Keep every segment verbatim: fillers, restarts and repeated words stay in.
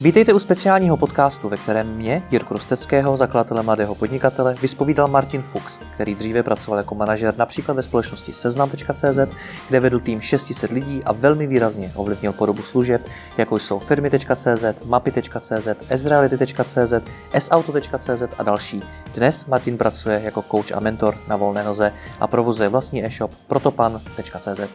Vítejte u speciálního podcastu, ve kterém mě, Jirku Rosteckého, zakladatele Mladého podnikatele, vyspovídal Martin Fuchs, který dříve pracoval jako manažer například ve společnosti Seznam tečka cé zet, kde vedl tým šest set lidí a velmi výrazně ovlivnil podobu služeb, jako jsou Firmy tečka cé zet, Mapy tečka cé zet, Ezreality tečka cé zet, S-Auto tečka cé zet a další. Dnes Martin pracuje jako coach a mentor na volné noze a provozuje vlastní e-shop protopan tečka cé zet.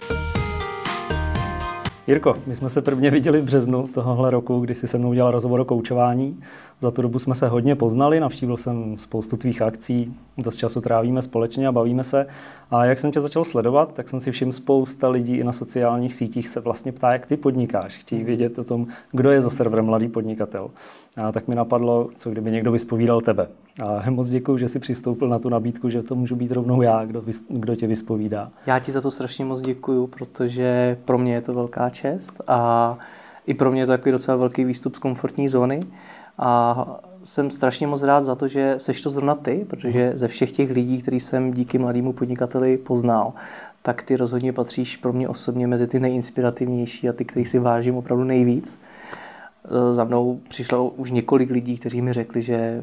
Jirko, my jsme se prvně viděli v březnu tohohle roku, kdy jsi se mnou dělal rozhovor o koučování. Za tu dobu jsme se hodně poznali, navštívil jsem spoustu tvých akcí, dost času trávíme společně a bavíme se. A jak jsem tě začal sledovat, tak jsem si všiml, spousta lidí i na sociálních sítích se vlastně ptá, jak ty podnikáš. Chtějí vědět o tom, kdo je za serverem Mladý podnikatel. A tak mi napadlo, co kdyby někdo vyspovídal tebe. A moc děkuju, že jsi přistoupil na tu nabídku, že to můžu být rovnou já, kdo, kdo tě vyspovídá. Já ti za to strašně moc děkuju, protože pro mě je to velká čest a i pro mě je to takový docela velký výstup z komfortní zóny. A jsem strašně moc rád za to, že seš to zrovna ty, protože ze všech těch lidí, který jsem díky Mladému podnikateli poznal, tak ty rozhodně patříš pro mě osobně mezi ty nejinspirativnější a ty, který si vážím opravdu nejvíc. Za mnou přišlo už několik lidí, kteří mi řekli, že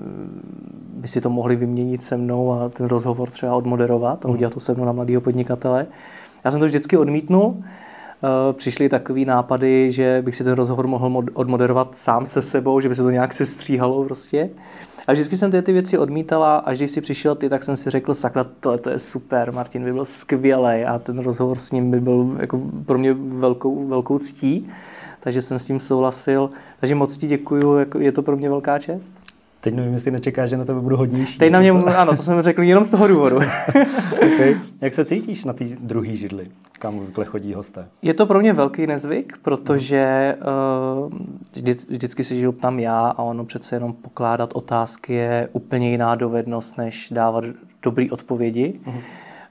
by si to mohli vyměnit se mnou a ten rozhovor třeba odmoderovat a udělat to se mnou na Mladého podnikatele. Já jsem to vždycky odmítnul. Přišly takový nápady, že bych si ten rozhovor mohl odmoderovat sám se sebou, že by se to nějak sestříhalo prostě. A vždycky jsem ty, ty věci odmítala, až když si přišel ty, tak jsem si řekl, sakra, tohle to je super, Martin by byl skvělej a ten rozhovor s ním by byl jako pro mě velkou, velkou ctí. Takže jsem s tím souhlasil. Takže moc ti děkuju, je to pro mě velká čest. Teď nevím, jestli nečekáš, že na tebe budu hodnější. Teď na mě, ano, to jsem řekl jenom z toho důvodu. Okay. Jak se cítíš na té druhé židli, kam obvykle chodí hosté? Je to pro mě velký nezvyk, protože uh, vždy, vždycky se žiju tam já a ono přece jenom pokládat otázky je úplně jiná dovednost, než dávat dobré odpovědi. Uh-huh.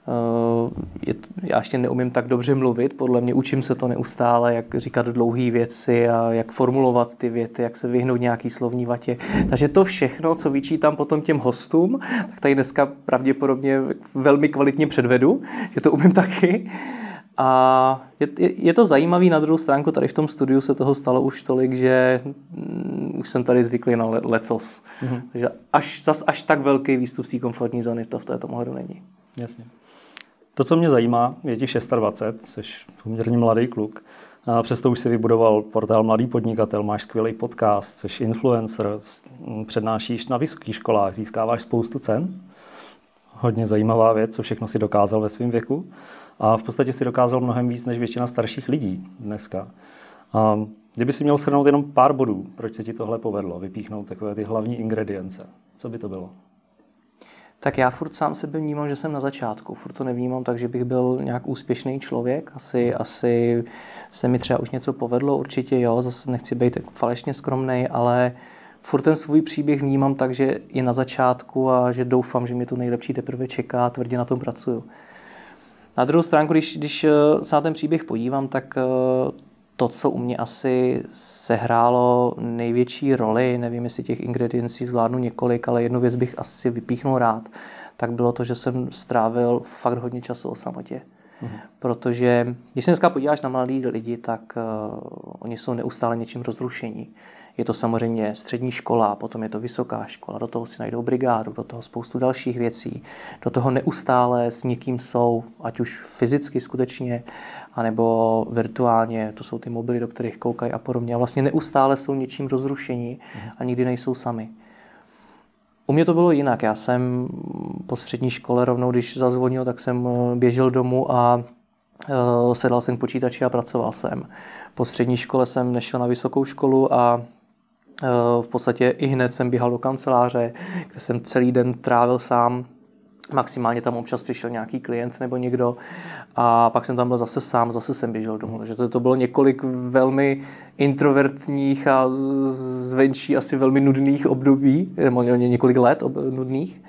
Je, já ještě neumím tak dobře mluvit, podle mě učím se to neustále, jak říkat dlouhé věci a jak formulovat ty věty, jak se vyhnout nějaký slovní vatě. Takže to všechno, co vyčítám potom těm hostům, tak tady dneska pravděpodobně velmi kvalitně předvedu, že to umím taky. A je, je, je to zajímavý, na druhou stránku tady v tom studiu se toho stalo už tolik, že mm, už jsem tady zvyklý na le, lecos. Mm-hmm. Takže až, zas až tak velký výstup z té komfortní zóny to v této ohledu není. Jasně. To, co mě zajímá, je ti dvacet šest, jsi poměrně mladý kluk. A přesto už si vybudoval portál Mladý podnikatel, máš skvělý podcast, jsi influencer, přednášíš na vysokých školách, získáváš spoustu cen. Hodně zajímavá věc, co všechno si dokázal ve svém věku. A v podstatě si dokázal mnohem víc než většina starších lidí dneska. A kdyby si měl shrnout jenom pár bodů, proč se ti tohle povedlo, vypíchnout takové ty hlavní ingredience, co by to bylo? Tak já furt sám sebe vnímám, že jsem na začátku. Furt to nevnímám tak, že bych byl nějak úspěšný člověk. Asi, asi se mi třeba už něco povedlo, určitě jo, zase nechci být tak falešně skromnej, ale furt ten svůj příběh vnímám tak, že je na začátku a že doufám, že mě to nejlepší teprve čeká a tvrdě na tom pracuju. Na druhou stránku, když, když se na ten příběh podívám, tak to, co u mě asi sehrálo největší roli, nevím, jestli těch ingrediencí zvládnu několik, ale jednu věc bych asi vypíchnul rád, tak bylo to, že jsem strávil fakt hodně času o samotě. Mhm. Protože když se dneska podíváš na mladý lidi, tak uh, oni jsou neustále něčím rozrušení. Je to samozřejmě střední škola, potom je to vysoká škola, do toho si najdou brigádu, do toho spoustu dalších věcí, do toho neustále s někým jsou, ať už fyzicky skutečně, anebo virtuálně, to jsou ty mobily, do kterých koukají a podobně. A vlastně neustále jsou něčím rozrušení a nikdy nejsou sami. U mě to bylo jinak. Já jsem po střední škole rovnou, když zazvonil, tak jsem běžel domů a uh, sedal jsem k počítači a pracoval jsem. Po střední škole jsem nešel na vysokou školu a uh, v podstatě i hned jsem běhal do kanceláře, kde jsem celý den trávil sám. Maximálně tam občas přišel nějaký klient nebo někdo a pak jsem tam byl zase sám, zase jsem běžel domů. Takže to, to bylo několik velmi introvertních a zvenčí asi velmi nudných období, několik let ob, nudných.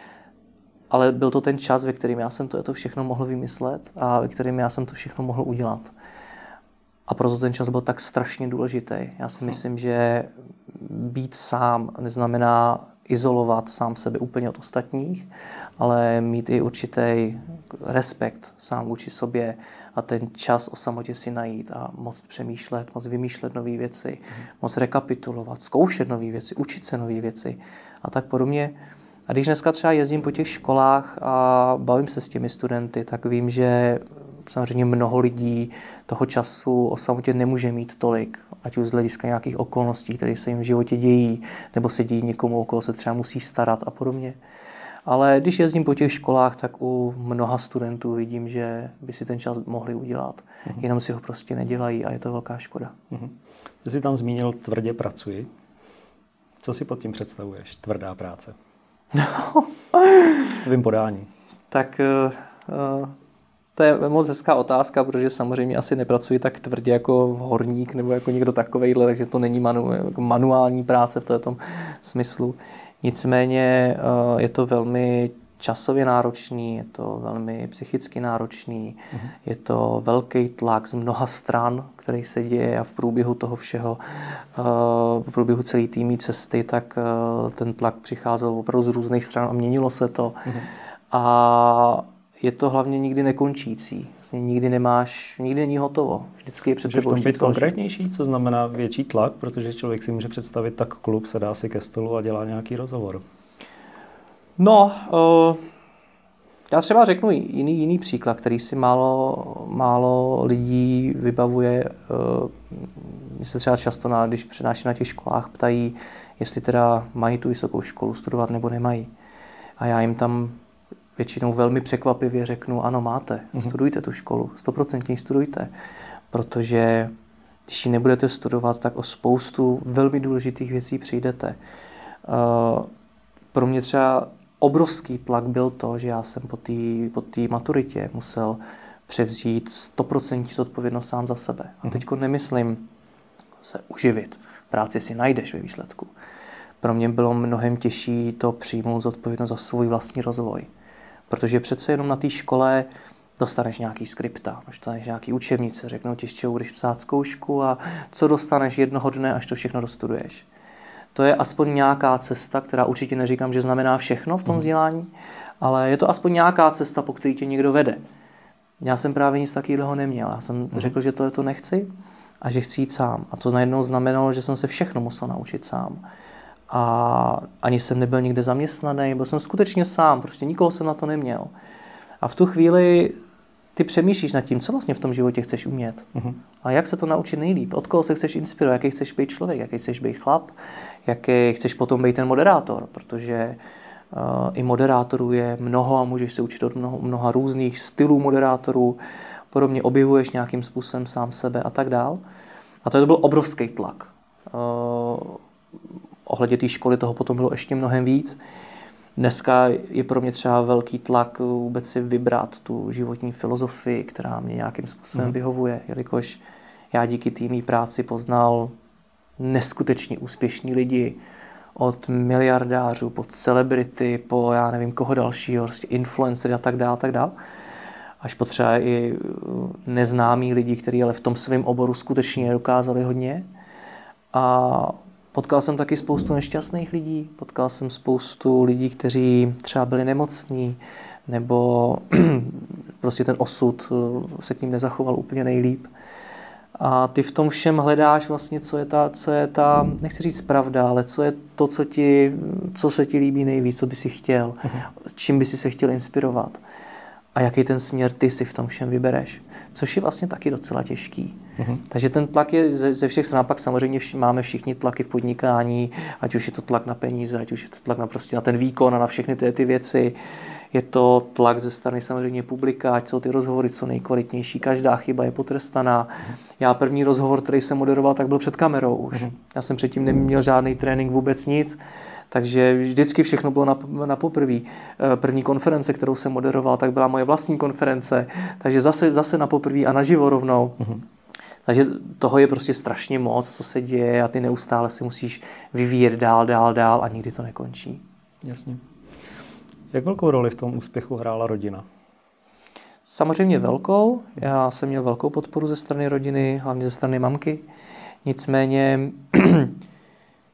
Ale byl to ten čas, ve kterým já jsem to, to všechno mohl vymyslet a ve kterým já jsem to všechno mohl udělat. A proto ten čas byl tak strašně důležitý. Já si myslím, že být sám neznamená izolovat sám sebe úplně od ostatních, ale mít i určitý respekt sám vůči sobě a ten čas o samotě si najít a moc přemýšlet, moc vymýšlet nové věci, mm. moc rekapitulovat, zkoušet nové věci, učit se nové věci a tak podobně. A když dneska třeba jezdím po těch školách a bavím se s těmi studenty, tak vím, že samozřejmě mnoho lidí toho času o samotě nemůže mít tolik, ať už z hlediska nějakých okolností, které se jim v životě dějí, nebo se dějí někomu, o koho se třeba musí starat a podobně. Ale když jezdím po těch školách, tak u mnoha studentů vidím, že by si ten čas mohli udělat. Uhum. Jenom si ho prostě nedělají a je to velká škoda. Uhum. Ty jsi tam zmínil tvrdě pracuji. Co si pod tím představuješ? Tvrdá práce. Tvým podání. Tak uh, to je moc hezká otázka, protože samozřejmě asi nepracuji tak tvrdě jako horník nebo jako někdo takovejhle, takže to není manu, jako manuální práce v tom smyslu. Nicméně uh, je to velmi časově náročný, je to velmi psychicky náročný, uh-huh. je to velký tlak z mnoha stran, který se děje a v průběhu toho všeho, v průběhu celé týmí cesty, tak ten tlak přicházel opravdu z různých stran a měnilo se to. Uh-huh. A je to hlavně nikdy nekončící. Vlastně nikdy nemáš, nikdy není hotovo. Vždycky je před tebou ještě být konkrétnější, co znamená větší tlak, protože člověk si může představit, tak kluk se dá si ke stolu a dělá nějaký rozhovor. No, uh, já třeba řeknu jiný, jiný příklad, který si málo, málo lidí vybavuje. Uh, mě se třeba často, na, když přednáším na těch školách, ptají, jestli teda mají tu vysokou školu studovat nebo nemají. A já jim tam většinou velmi překvapivě řeknu, ano, máte, mm-hmm. studujte tu školu, stoprocentně studujte, protože když ji nebudete studovat, tak o spoustu velmi důležitých věcí přijdete. Uh, pro mě třeba obrovský tlak byl to, že já jsem po té po té maturitě musel převzít stoprocentní zodpovědnost sám za sebe. A teďko nemyslím se uživit. Práci si najdeš ve výsledku. Pro mě bylo mnohem těžší to přijmout zodpovědnost za svůj vlastní rozvoj. Protože přece jenom na té škole dostaneš nějaký skripta, dostaneš nějaký učebnice, řeknou ti, z čeho budeš psát zkoušku a co dostaneš jednoho dne, až to všechno dostuduješ. To je aspoň nějaká cesta, která určitě neříkám, že znamená všechno v tom vzdělání, ale je to aspoň nějaká cesta, po které tě někdo vede. Já jsem právě nic takového neměl. Já jsem řekl, že to, to nechci a že chci jít sám. A to najednou znamenalo, že jsem se všechno musel naučit sám. A ani jsem nebyl nikde zaměstnaný, byl jsem skutečně sám, prostě nikoho jsem na to neměl. A v tu chvíli ty přemýšlíš nad tím, co vlastně v tom životě chceš umět. Uh-huh. A jak se to naučit nejlíp, od koho se chceš inspirovat, jaký chceš být člověk, jaký chceš být chlap, jaký chceš potom být ten moderátor, protože uh, i moderátorů je mnoho a můžeš se učit od mnoho, mnoha různých stylů moderátorů, podobně objevuješ nějakým způsobem sám sebe a tak dál. A to byl obrovský tlak. Uh, ohledně té školy toho potom bylo ještě mnohem víc. Dneska je pro mě třeba velký tlak vůbec si vybrat tu životní filozofii, která mě nějakým způsobem mm. vyhovuje, jelikož já díky té mý práci poznal neskutečně úspěšní lidi, od miliardářů, po celebrity, po já nevím koho dalšího, prostě influencery a tak dále, tak dále. Až po třeba i neznámí lidi, kteří ale v tom svém oboru skutečně dokázali hodně. A potkal jsem taky spoustu nešťastných lidí, potkal jsem spoustu lidí, kteří třeba byli nemocní, nebo prostě ten osud se k ním nezachoval úplně nejlíp. A ty v tom všem hledáš vlastně, co je ta, co je ta, nechci říct pravda, ale co je to, co, ti, co se ti líbí nejvíc, co by si chtěl, čím by si se chtěl inspirovat. A jaký ten směr ty si v tom všem vybereš. Což je vlastně taky docela těžký. Uh-huh. Takže ten tlak je ze, ze všech stran. Pak samozřejmě vši, máme všichni tlaky v podnikání, ať už je to tlak na peníze, ať už je to tlak na, prostě na ten výkon a na všechny ty, ty věci. Je to tlak ze strany samozřejmě publika, ať jsou ty rozhovory co nejkvalitnější. Každá chyba je potrestaná. Uh-huh. Já první rozhovor, který jsem moderoval, tak byl před kamerou už. Uh-huh. Já jsem předtím neměl žádný trénink, vůbec nic. Takže vždycky všechno bylo na, na poprví. První konference, kterou jsem moderoval, tak byla moje vlastní konference. Takže zase, zase na poprví a naživo rovnou. Uh-huh. Takže toho je prostě strašně moc, co se děje a ty neustále si musíš vyvíjet dál, dál, dál a nikdy to nekončí. Jasně. Jak velkou roli v tom úspěchu hrála rodina? Samozřejmě velkou. Já jsem měl velkou podporu ze strany rodiny, hlavně ze strany mamky. Nicméně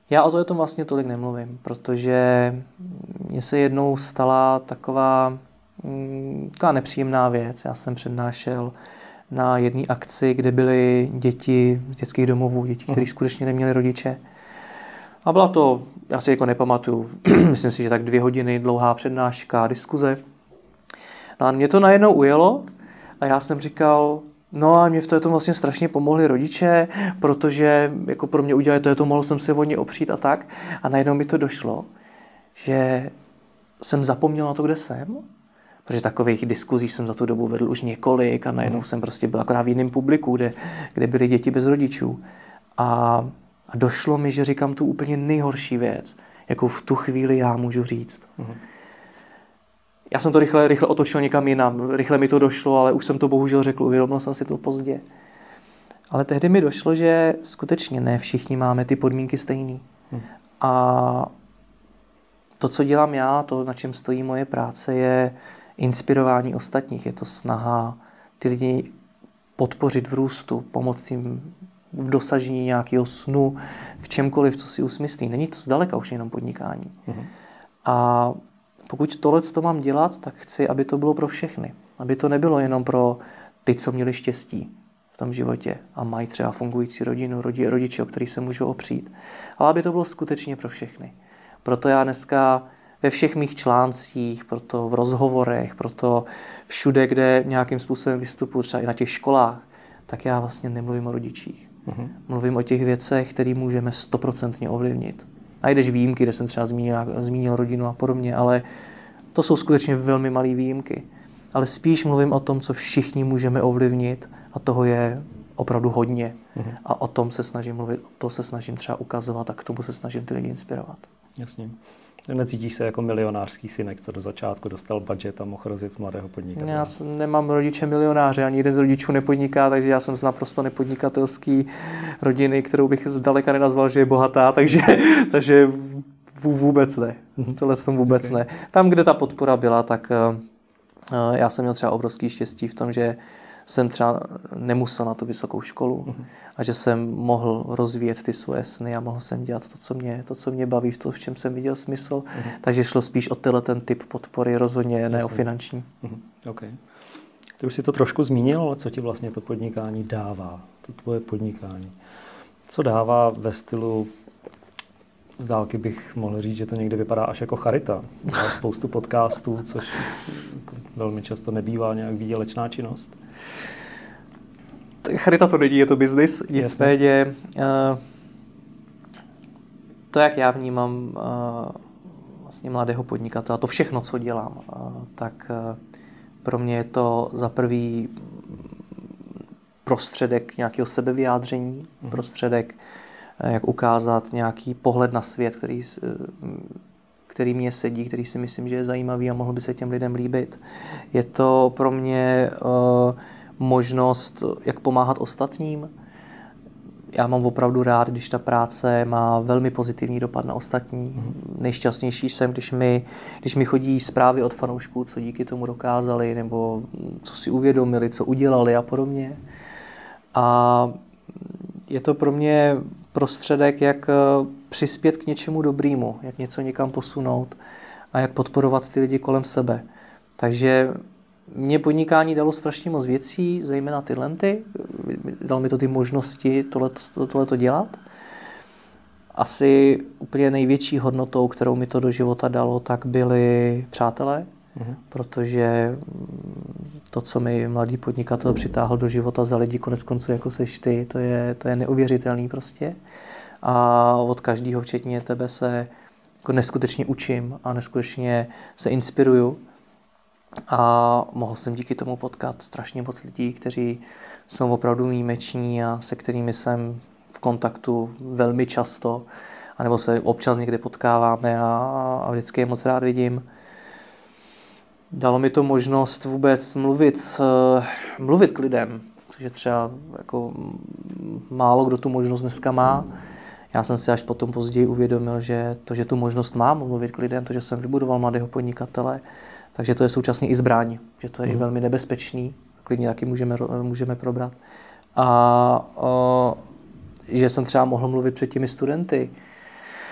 Já o to, tom vlastně tolik nemluvím, protože mně se jednou stala taková, taková nepříjemná věc. Já jsem přednášel na jedné akci, kde byly děti z dětských domovů, děti, které skutečně neměly rodiče. A byla to, já si jako nepamatuju, myslím si, že tak dvě hodiny dlouhá přednáška, diskuze. No a mě to najednou ujelo a já jsem říkal, no a mě v tom vlastně strašně pomohli rodiče, protože jako pro mě udělali to, to mohl jsem se o ně opřít a tak. A najednou mi to došlo, že jsem zapomněl na to, kde jsem, protože takových diskuzí jsem za tu dobu vedl už několik a najednou jsem prostě byl akorát v jiném publiku, kde, kde byly děti bez rodičů. A, a došlo mi, že říkám tu úplně nejhorší věc, jakou v tu chvíli já můžu říct. Mm-hmm. Já jsem to rychle, rychle otočil někam jinam, rychle mi to došlo, ale už jsem to bohužel řekl, uvědomil jsem si to pozdě. Ale tehdy mi došlo, že skutečně ne všichni máme ty podmínky stejný. Hmm. A to, co dělám já, to, na čem stojí moje práce, je inspirování ostatních. Je to snaha ty lidi podpořit v růstu, pomoct jim v dosažení nějakého snu, v čemkoliv, co si usmyslí. Není to zdaleka už jenom podnikání. Hmm. A pokud tohle to mám dělat, tak chci, aby to bylo pro všechny. Aby to nebylo jenom pro ty, co měli štěstí v tom životě a mají třeba fungující rodinu, rodi, rodiče, o kterých se můžou opřít. Ale aby to bylo skutečně pro všechny. Proto já dneska ve všech mých článcích, proto v rozhovorech, proto všude, kde nějakým způsobem vystupuji, třeba i na těch školách, tak já vlastně nemluvím o rodičích. Uh-huh. Mluvím o těch věcech, které můžeme stoprocentně ovlivnit. Najdeš výjimky, kde jsem třeba zmínil, zmínil rodinu a podobně, ale to jsou skutečně velmi malé výjimky. Ale spíš mluvím o tom, co všichni můžeme ovlivnit a toho je opravdu hodně. Mm-hmm. A o tom se snažím mluvit, to se snažím třeba ukazovat a k tomu se snažím ty lidi inspirovat. Jasně. Necítíš se jako milionářský synek, co do začátku dostal budget a mohl rozjet z mladého podnikatele? Já nemám rodiče milionáře, ani jeden z rodičů nepodniká, takže já jsem z naprosto nepodnikatelský rodiny, kterou bych zdaleka nenazval, že je bohatá, takže, takže vůbec ne. Tohle tom vůbec okay. ne. Tam, kde ta podpora byla, tak uh, já jsem měl třeba obrovský štěstí v tom, že jsem třeba nemusel na tu vysokou školu uh-huh. a že jsem mohl rozvíjet ty svoje sny a mohl jsem dělat to, co mě, to, co mě baví, v, to, v čem jsem viděl smysl. Uh-huh. Takže šlo spíš o tenhle ten typ podpory, rozhodně Jasně. ne o finanční. Uh-huh. Okay. Ty už si to trošku zmínil, ale co ti vlastně to podnikání dává, to tvoje podnikání? Co dává ve stylu, z dálky bych mohl říct, že to někde vypadá až jako charita. Má spoustu podcastů, což velmi často nebývá nějak výdělečná činnost. Charita to není, je to biznis. Nicméně to, jak já vnímám vlastně mladého podnikatele, to všechno, co dělám, tak pro mě je to za prvý prostředek nějakého sebevyjádření, mm. prostředek, jak ukázat nějaký pohled na svět, který, který mě sedí, který si myslím, že je zajímavý a mohl by se těm lidem líbit. Je to pro mě uh, možnost, jak pomáhat ostatním. Já mám opravdu rád, když ta práce má velmi pozitivní dopad na ostatní. Mm. Nejšťastnější jsem, když mi, když mi chodí zprávy od fanoušků, co díky tomu dokázali, nebo co si uvědomili, co udělali a podobně. A je to pro mě prostředek, jak přispět k něčemu dobrému, jak něco někam posunout a jak podporovat ty lidi kolem sebe. Takže mě podnikání dalo strašně moc věcí, zejména tyhle ty. Dalo mi to ty možnosti tohleto, tohleto dělat. Asi úplně největší hodnotou, kterou mi to do života dalo, tak byli přátelé, mhm. protože to, co mi mladý podnikatel přitáhl do života za lidi, konec konců jako seš ty, to je, to je neuvěřitelný prostě. A od každého, včetně tebe, se jako neskutečně učím a neskutečně se inspiruju. A mohl jsem díky tomu potkat strašně moc lidí, kteří jsou opravdu výjimeční a se kterými jsem v kontaktu velmi často, anebo se občas někde potkáváme a, a vždycky je moc rád vidím. Dalo mi to možnost vůbec mluvit, mluvit k lidem, protože třeba jako málo kdo tu možnost dneska má. Já jsem si až potom později uvědomil, že to, že tu možnost mám mluvit k lidem, to, že jsem vybudoval mladého podnikatele, takže to je současně i zbraň, že to je mm. i velmi nebezpečný, klidně taky můžeme, můžeme probrat. A o, že jsem třeba mohl mluvit před těmi studenty,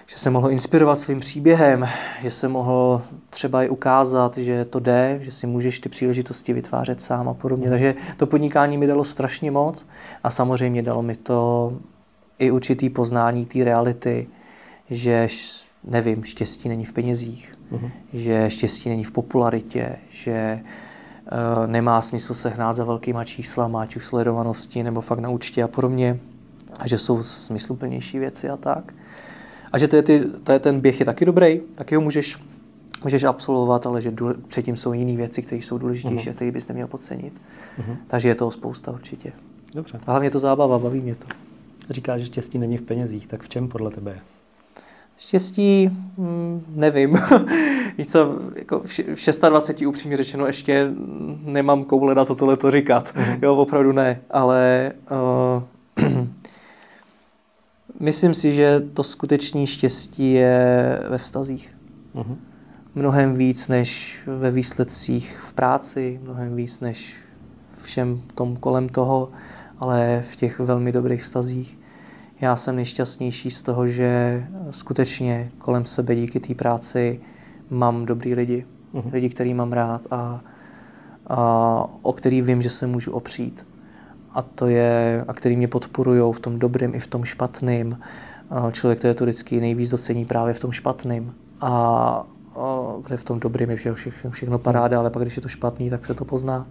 že se mohl inspirovat svým příběhem, že se mohl třeba i ukázat, že to jde, že si můžeš ty příležitosti vytvářet sám a podobně. Mm. Takže to podnikání mi dalo strašně moc a samozřejmě dalo mi to i určitý poznání té reality, že nevím, štěstí není v penězích, mm. že štěstí není v popularitě, že uh, nemá smysl se hnát za velkýma číslama, ať už sledovanosti nebo fakt na účtě a podobně, a že jsou smysluplnější věci a tak. A že to je, ty, to je ten běh je taky dobrý, taky ho můžeš, můžeš absolvovat, ale že důle, předtím jsou jiné věci, které jsou důležitější uh-huh. a které bys neměl podcenit. Uh-huh. Takže je toho spousta určitě. Dobře. A hlavně je to zábava, baví mě to. Říkáš, že štěstí není v penězích, tak v čem podle tebe je? Štěstí, hm, nevím. Víš co, jako v dvaceti šesti upřímně řečeno ještě nemám koule na to tohleto říkat. Uh-huh. Jo, opravdu ne, ale... Uh, myslím si, že to skutečné štěstí je ve vztazích. Uh-huh. Mnohem víc než ve výsledcích v práci, mnohem víc než všem tom kolem toho, ale v těch velmi dobrých vztazích. Já jsem nejšťastnější z toho, že skutečně kolem sebe díky té práci mám dobrý lidi. Uh-huh. Lidi, který mám rád a, a o který vím, že se můžu opřít. A to je, a který mě podporujou v tom dobrým i v tom špatným. Člověk to je to vždycky nejvíc docení právě v tom špatným. A, a protože v tom dobrým je všechno, všechno paráda, ale pak když je to špatný, tak se to pozná.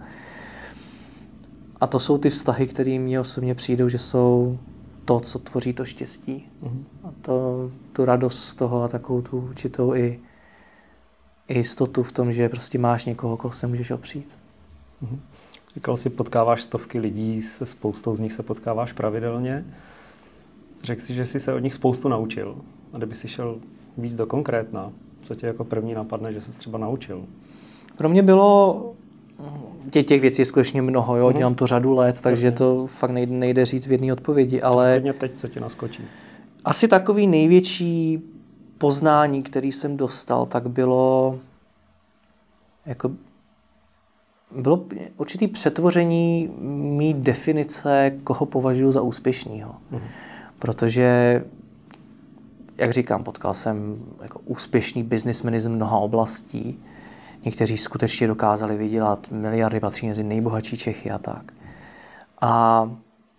A to jsou ty vztahy, které mně osobně přijdou, že jsou to, co tvoří to štěstí. Uh-huh. A to, tu radost z toho a takovou tu určitou i, i jistotu v tom, že prostě máš někoho, koho se můžeš opřít. Uh-huh. Říkal jsi, potkáváš stovky lidí, se spoustou z nich se potkáváš pravidelně. Řekl jsi, že jsi se od nich spoustu naučil. A kdyby jsi šel víc do konkrétna, co tě jako první napadne, že jsi třeba naučil? Pro mě bylo... Tě, těch věcí je skutečně mnoho, jo? Dělám to řadu let, takže Jasně. to fakt nejde, nejde říct v jedné odpovědi, ale... Hodně teď, co ti naskočí? Asi takový největší poznání, který jsem dostal, tak bylo... Jako... Bylo určitý přetvoření mý definice, koho považuji za úspěšnýho. Mhm. Protože, jak říkám, potkal jsem jako úspěšný biznismeny z mnoha oblastí. Někteří skutečně dokázali vydělat miliardy, patří mezi nejbohatší Čechy a tak. A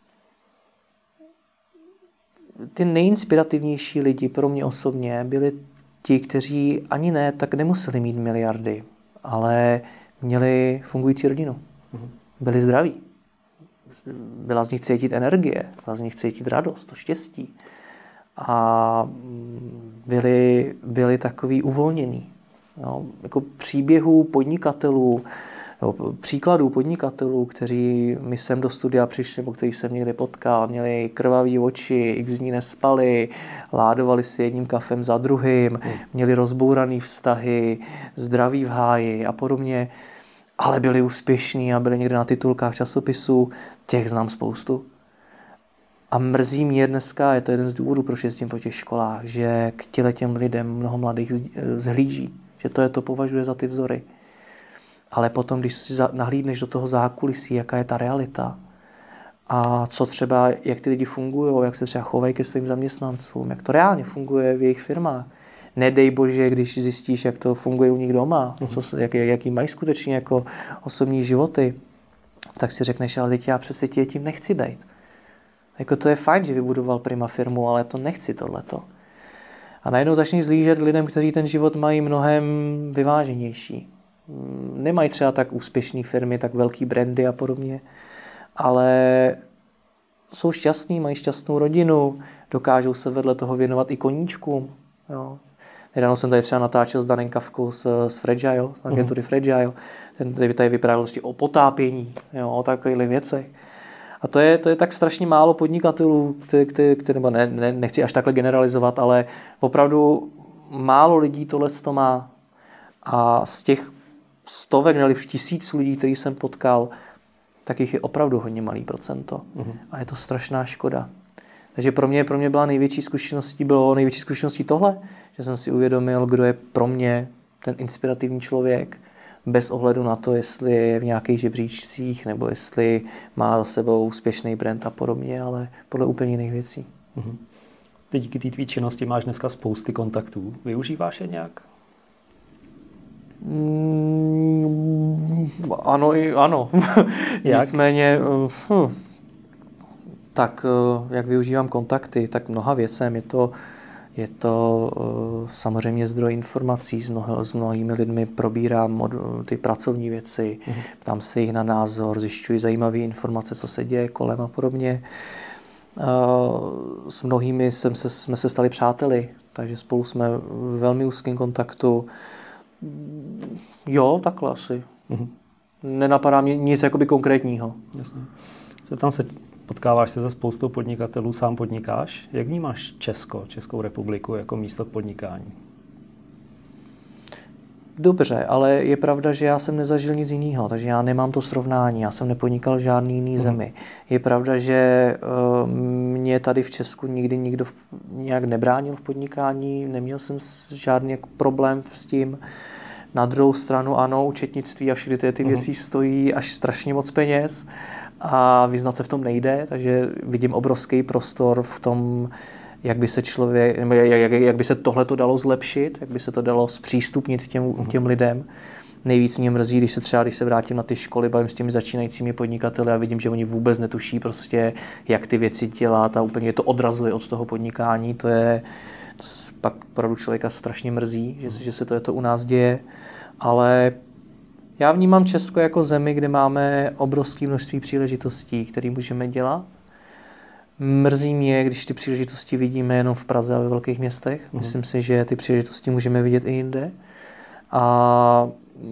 ty nejinspirativnější lidi pro mě osobně byli ti, kteří ani ne, tak nemuseli mít miliardy, ale měli fungující rodinu. Byli zdraví. Byla z nich cítit energie, byla z nich cítit radost, to štěstí. A byli, byli takový uvolnění. No, jako příběhů podnikatelů, no, příkladů podnikatelů, kteří mi sem do studia přišli, nebo kteří jsem někde potkal, měli krvavý oči, x dní nespali, ládovali si jedním kafem za druhým, hmm. měli rozbouraný vztahy, zdraví v háji a podobně, ale byli úspěšní a byli někde na titulkách časopisů, těch znám spoustu. A mrzí mě dneska, je to jeden z důvodů, proč jezdím po těch školách, že k těm lidem mnoho mladých zhlíží. Že to je to považuje za ty vzory. Ale potom, když si nahlídneš do toho zákulisí, jaká je ta realita a co třeba, jak ty lidi fungují, jak se třeba chovají ke svým zaměstnancům, jak to reálně funguje v jejich firmách. Nedej bože, když zjistíš, jak to funguje u nich doma, mm-hmm. co, jak, jaký mají skutečně jako osobní životy, tak si řekneš, ale teď já přece tím nechci být. Jako to je fajn, že vybudoval Prima firmu, ale to nechci tohleto. A najednou začneš zlížet lidem, kteří ten život mají mnohem vyváženější. Nemají třeba tak úspěšné firmy, tak velký brandy a podobně, ale jsou šťastní, mají šťastnou rodinu, dokážou se vedle toho věnovat i koníčkům. Jo. Nedávno jsem tady třeba natáčel s Danem Kavkou z, z Fragile, z agentury uh-huh. Fragile. Ten tady vyprávěl vlastně o potápění, jo, o takových věcech. A to je, to je tak strašně málo podnikatelů, které, které, které ne, ne, nechci až takhle generalizovat, ale opravdu málo lidí tohle to má. A z těch stovek, nebo tisíců lidí, který jsem potkal, tak jich je opravdu hodně malý procento. Uh-huh. A je to strašná škoda. Takže pro mě, pro mě byla největší zkušeností, bylo největší zkušeností tohle, že jsem si uvědomil, kdo je pro mě ten inspirativní člověk, bez ohledu na to, jestli je v nějakých žebříčcích, nebo jestli má za sebou úspěšný brand a podobně, ale podle úplně jiných věcí. Uh-huh. Ty díky té tvý činnosti máš dneska spousty kontaktů. Využíváš je nějak? Mm, ano i ano. Nicméně, hm, tak jak využívám kontakty, tak mnoha věcem. Je to, je to samozřejmě zdroj informací. S, mnoho, s mnohými lidmi probírám ty pracovní věci, mm. ptám se jich na názor, zjišťuji zajímavé informace, co se děje kolem a podobně. S mnohými jsem se, jsme se stali přáteli, takže spolu jsme v velmi úzkém kontaktu. Jo, takhle asi. Mm-hmm. Nenapadá mě nic jakoby konkrétního. Jasně. Zeptám se, potkáváš se se spoustou podnikatelů, sám podnikáš. Jak vnímáš Česko, Českou republiku jako místo k podnikání? Dobře, ale je pravda, že já jsem nezažil nic jiného, takže já nemám to srovnání, já jsem nepodnikal v žádný jiný mm. zemi. Je pravda, že uh, mě tady v Česku nikdy nikdo v, nějak nebránil v podnikání, neměl jsem žádný jako problém s tím. Na druhou stranu ano, účetnictví a všechny ty, ty věci mm. stojí až strašně moc peněz a vyznat se v tom nejde, takže vidím obrovský prostor v tom, jak by se člověk, jak, jak by se tohleto dalo zlepšit, jak by se to dalo zpřístupnit těm, těm lidem. Nejvíc mě mrzí, když se třeba, když se vrátím na ty školy, bavím s těmi začínajícími podnikateli a vidím, že oni vůbec netuší prostě, jak ty věci dělat a úplně to odrazuje od toho podnikání. To je, to pak opravdu člověka strašně mrzí, že, že se to, je to u nás děje. Ale já vnímám Česko jako zemi, kde máme obrovské množství příležitostí, které můžeme dělat. Mrzí mě, když ty příležitosti vidíme jenom v Praze a ve velkých městech. Mm. Myslím si, že ty příležitosti můžeme vidět i jinde. A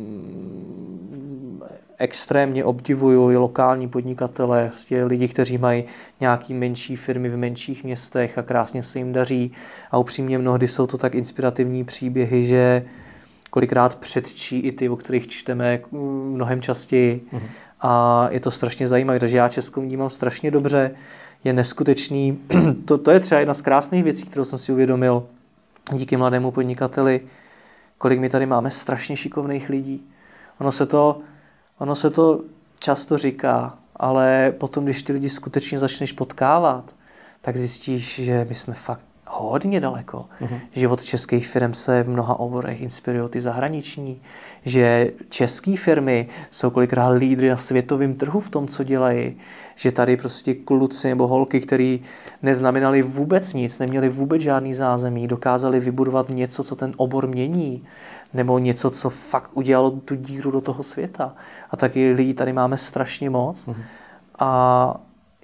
mm, extrémně obdivuju i lokální podnikatele, prostě lidi, kteří mají nějaké menší firmy v menších městech a krásně se jim daří. A upřímně mnohdy jsou to tak inspirativní příběhy, že kolikrát předčí i ty, o kterých čteme mnohem častěji. Mm. A je to strašně zajímavé, takže já Česko vnímám strašně dobře. Je neskutečný. To, to je třeba jedna z krásných věcí, kterou jsem si uvědomil díky mladému podnikateli, kolik my tady máme strašně šikovných lidí. Ono se to, ono se to často říká, ale potom, když ty lidi skutečně začneš potkávat, tak zjistíš, že my jsme fakt hodně daleko. Mm-hmm. Že od českých firm se v mnoha oborech inspirují ty zahraniční. Že české firmy jsou kolikrát lídry na světovém trhu v tom, co dělají. Že tady prostě kluci nebo holky, který neznamenali vůbec nic, neměli vůbec žádný zázemí, dokázali vybudovat něco, co ten obor mění. Nebo něco, co fakt udělalo tu díru do toho světa. A taky lidí tady máme strašně moc. Mm-hmm. A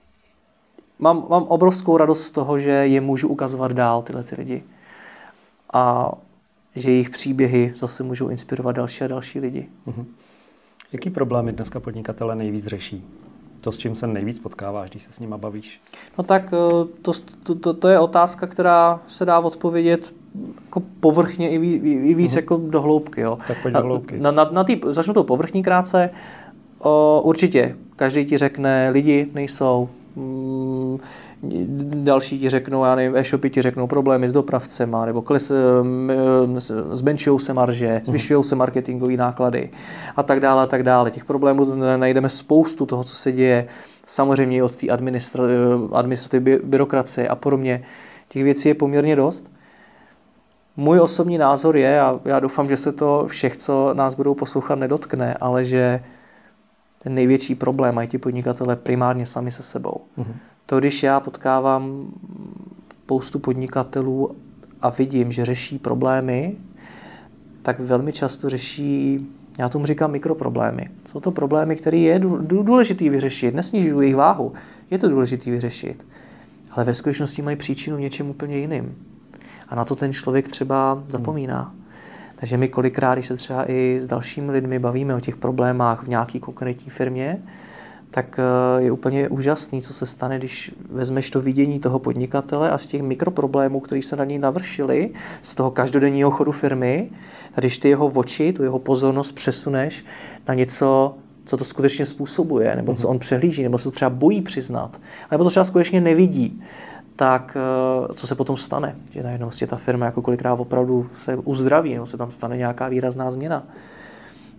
Mám, mám obrovskou radost z toho, že je můžu ukazovat dál, tyhle ty lidi. A že jejich příběhy zase můžou inspirovat další a další lidi. Mhm. Jaký problémy dneska podnikatele nejvíc řeší? To, s čím se nejvíc potkáváš, když se s nima bavíš? No tak to, to, to, to je otázka, která se dá odpovědět jako povrchně i, ví, i víc mhm. jako do hloubky. Jo. Tak pojď do hloubky. Na, na, na tý, začnu to povrchní krátce. O, určitě, každý ti řekne, lidi nejsou. Mm, další ti řeknou, já nevím, e-shopy ti řeknou problémy s dopravcema, nebo kles, zmenšují se marže, zvyšují se marketingové náklady a tak dále a tak dále. Těch problémů najdeme spoustu toho, co se děje, samozřejmě od té administrativy, byrokracie a podobně. Těch věcí je poměrně dost. Můj osobní názor je, a já doufám, že se to všech, co nás budou poslouchat, nedotkne, ale že ten největší problém mají ti podnikatelé primárně sami se sebou. Mm-hmm. To, když já potkávám spoustu podnikatelů a vidím, že řeší problémy, tak velmi často řeší, já tomu říkám mikroproblémy. Jsou to problémy, které je důležitý vyřešit, nesnižují jejich váhu, je to důležitý vyřešit. Ale ve skutečnosti mají příčinu v něčem úplně jiným. A na to ten člověk třeba zapomíná. Mm. Takže my kolikrát, když se třeba i s dalšími lidmi bavíme o těch problémách v nějaké konkrétní firmě, tak je úplně úžasný, co se stane, když vezmeš to vidění toho podnikatele a z těch mikroproblémů, které se na něj navršily, z toho každodenního chodu firmy, a když ty jeho oči, tu jeho pozornost přesuneš na něco, co to skutečně způsobuje, nebo co on přehlíží, nebo se to třeba bojí přiznat, nebo to třeba skutečně nevidí, tak co se potom stane? Že najednou ta firma jako kolikrát opravdu se uzdraví, nebo se tam stane nějaká výrazná změna.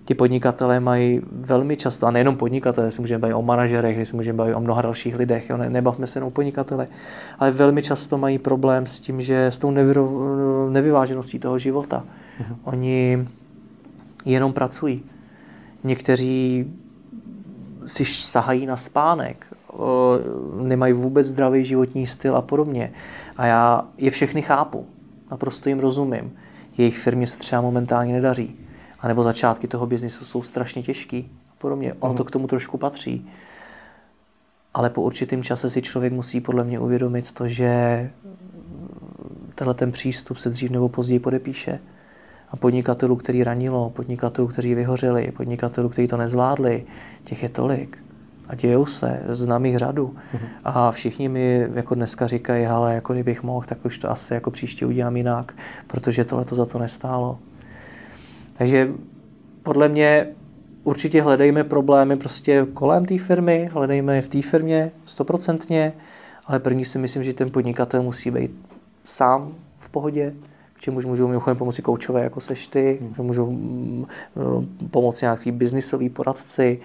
ti podnikatelé mají velmi často, a nejenom podnikatelé, si můžeme bavit o manažerech, si můžeme bavit o mnoha dalších lidech, jo, ne, nebavme se jenom o podnikatele, ale velmi často mají problém s tím, že s tou nevyro, nevyvážeností toho života. Mhm. Oni jenom pracují. Někteří si sahají na spánek, nemají vůbec zdravý životní styl a podobně. A já je všechny chápu, naprosto jim rozumím. Jejich firmě se třeba momentálně nedaří. A nebo začátky toho biznisu jsou strašně těžký a podobně. Ono to k tomu trošku patří. Ale po určitém čase si člověk musí podle mě uvědomit to, že tenhle ten přístup se dřív nebo později podepíše. A podnikatelů, který ranilo, podnikatelů, kteří vyhořeli, podnikatelů, kteří to nezvládli, těch je tolik. A dějou se, znám jich řadu. Mhm. A všichni mi jako dneska říkají, ale jako kdybych mohl, tak už to asi jako příště udělám jinak, protože tohle to za to nestálo. Takže podle mě určitě hledejme problémy prostě kolem té firmy, hledejme je v té firmě stoprocentně, ale první si myslím, že ten podnikatel musí být sám v pohodě, k čemuž můžou mimochodem pomoci koučové, jako seš ty, hmm. že můžou pomoci nějaký biznisový poradci.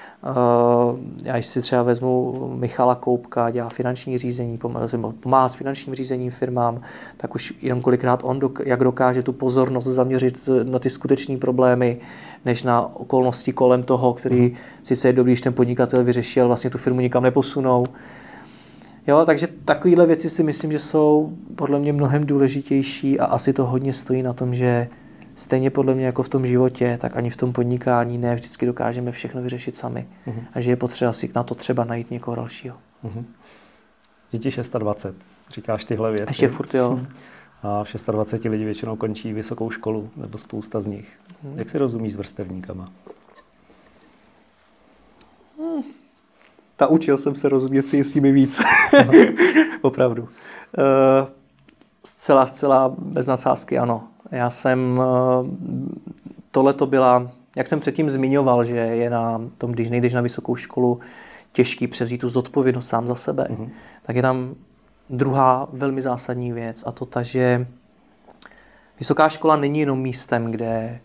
Já si třeba vezmu Michala Koupka, dělá finanční řízení, pomáhá s finančním řízením firmám, tak už jenom kolikrát on, jak dokáže tu pozornost zaměřit na ty skutečné problémy, než na okolnosti kolem toho, který hmm. sice je dobrý, když ten podnikatel vyřeší, ale vlastně tu firmu nikam neposunou. Jo, takže takovéhle věci si myslím, že jsou podle mě mnohem důležitější a asi to hodně stojí na tom, že stejně podle mě jako v tom životě, tak ani v tom podnikání ne vždycky dokážeme všechno vyřešit sami. Uh-huh. A že je potřeba si na to třeba najít někoho dalšího. Uh-huh. Je ti dvacet šest, říkáš tyhle věci. Ještě furt, jo. A v dvacet šesti lidi většinou končí vysokou školu, nebo spousta z nich. Uh-huh. Jak si rozumíš s vrstevníkama? Hmm. Naučil jsem se rozumět si s nimi víc. Opravdu. Uh, zcela, zcela bez nadsázky, ano. Já jsem, tohle to byla, jak jsem předtím zmiňoval, že je na tom, když nejdeš na vysokou školu, těžký převzít tu zodpovědnost sám za sebe, mm-hmm. tak je tam druhá velmi zásadní věc a to ta, že vysoká škola není jenom místem, kde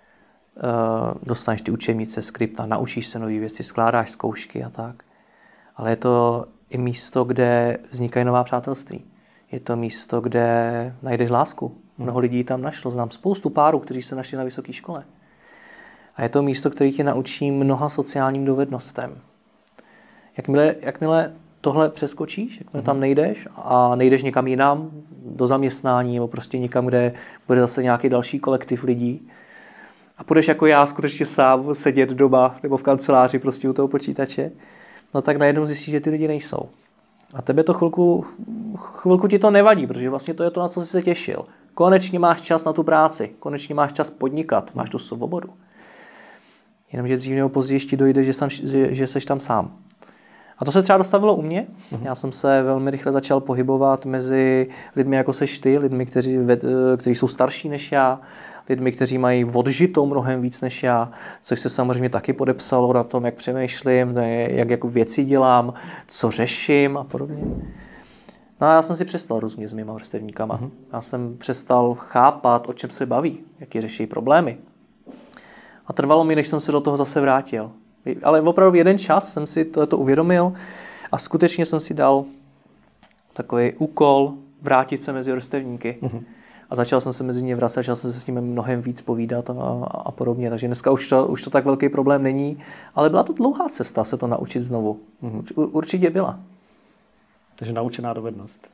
uh, dostaneš ty učebnice, skripta, naučíš se nové věci, skládáš zkoušky a tak, ale je to i místo, kde vznikají nová přátelství. Je to místo, kde najdeš lásku. Mnoho lidí tam našlo. Znám spoustu párů, kteří se našli na vysoké škole. A je to místo, které tě naučí mnoha sociálním dovednostem. Jakmile, jakmile tohle přeskočíš, jakmile tam nejdeš a nejdeš někam jinam, do zaměstnání nebo prostě někam, kde bude zase nějaký další kolektiv lidí a půjdeš jako já skutečně sám sedět doma nebo v kanceláři prostě u toho počítače, no tak najednou zjistíš, že ty lidi nejsou. A tebe to chvilku, chvilku ti to nevadí, protože vlastně to je to, na co jsi se těšil. Konečně máš čas na tu práci, konečně máš čas podnikat, máš tu svobodu. Jenomže dřív nebo později ještě dojde, že, sam, že, že seš tam sám. A to se třeba dostavilo u mě. Já jsem se velmi rychle začal pohybovat mezi lidmi, jako seš ty, lidmi, kteří, kteří jsou starší než já, lidmi, kteří mají odžito mnohem víc než já, což se samozřejmě taky podepsalo na tom, jak přemýšlím, jak jako věci dělám, co řeším a podobně. No a já jsem si přestal rozumět s mýma vrstevníkama. Uh-huh. Já jsem přestal chápat, o čem se baví, jaký řeší problémy. A trvalo mi, než jsem se do toho zase vrátil. Ale opravdu v jeden čas jsem si tohleto uvědomil a skutečně jsem si dal takový úkol vrátit se mezi vrstevníky. Uh-huh. A začal jsem se mezi ně vracet, začal jsem se s nimi mnohem víc povídat a, a podobně. Takže dneska už to, už to tak velký problém není, ale byla to dlouhá cesta se to naučit znovu. Uh-huh. Určitě byla. Takže naučená dovednost.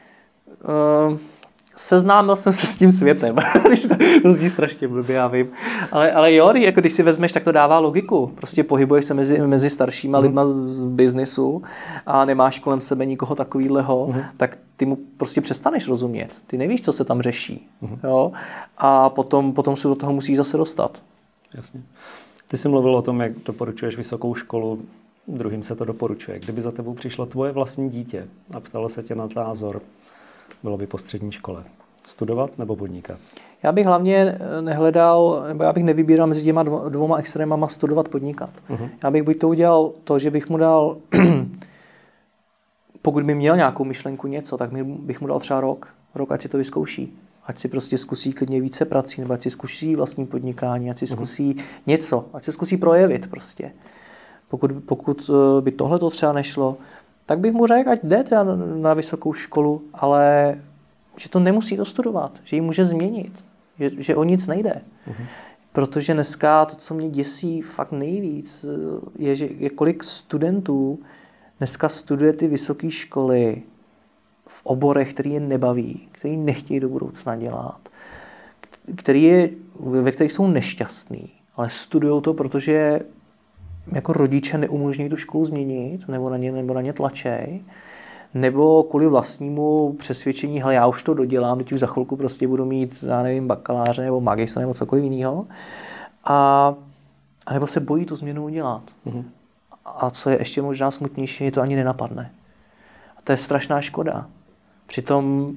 Uh, seznámil jsem se s tím světem. To zní strašně blbě, já vím. Ale, ale jo, jako když si vezmeš, tak to dává logiku. Prostě pohybuješ se mezi, mezi staršíma mm. lidma z biznisu a nemáš kolem sebe nikoho takovýhleho, mm. tak ty mu prostě přestaneš rozumět. Ty nevíš, co se tam řeší. Mm. Jo? A potom, potom se do toho musíš zase dostat. Jasně. Ty jsi mluvil o tom, jak doporučuješ vysokou školu, druhým se to doporučuje. Kdyby za tebou přišlo tvoje vlastní dítě a ptalo se tě na názor, bylo by po střední škole. Studovat nebo podnikat? Já bych hlavně nehledal, nebo já bych nevybíral mezi těma dvoma extrémama studovat, podnikat. Uh-huh. Já bych buď to udělal to, že bych mu dal, pokud by měl nějakou myšlenku něco, tak bych mu dal třeba rok. Rok, ať si to vyzkouší. Ať si prostě zkusí klidně více prací, nebo ať si zkusí vlastní podnikání, ať si zkusí něco, ať si zkusí projevit prostě. Pokud, pokud by tohle to třeba nešlo, tak bych mu řekl, ať jde teda na vysokou školu, ale že to nemusí dostudovat, že ji může změnit, že, že o nic nejde. Uh-huh. Protože dneska to, co mě děsí fakt nejvíc, je, že je kolik studentů dneska studuje ty vysoké školy v oborech, který je nebaví, který nechtějí do budoucna dělat, který je, ve kterých jsou nešťastní, ale studují to, protože jako rodiče neumožní tu školu změnit, nebo na ně, nebo na ně tlačej, nebo kvůli vlastnímu přesvědčení, hele, já už to dodělám, teď už za chvilku prostě budu mít, já nevím, bakaláře nebo magistra nebo cokoliv jiného. A, a nebo se bojí tu změnu udělat. Mm-hmm. A co je ještě možná smutnější, je to ani nenapadne. A to je strašná škoda. Přitom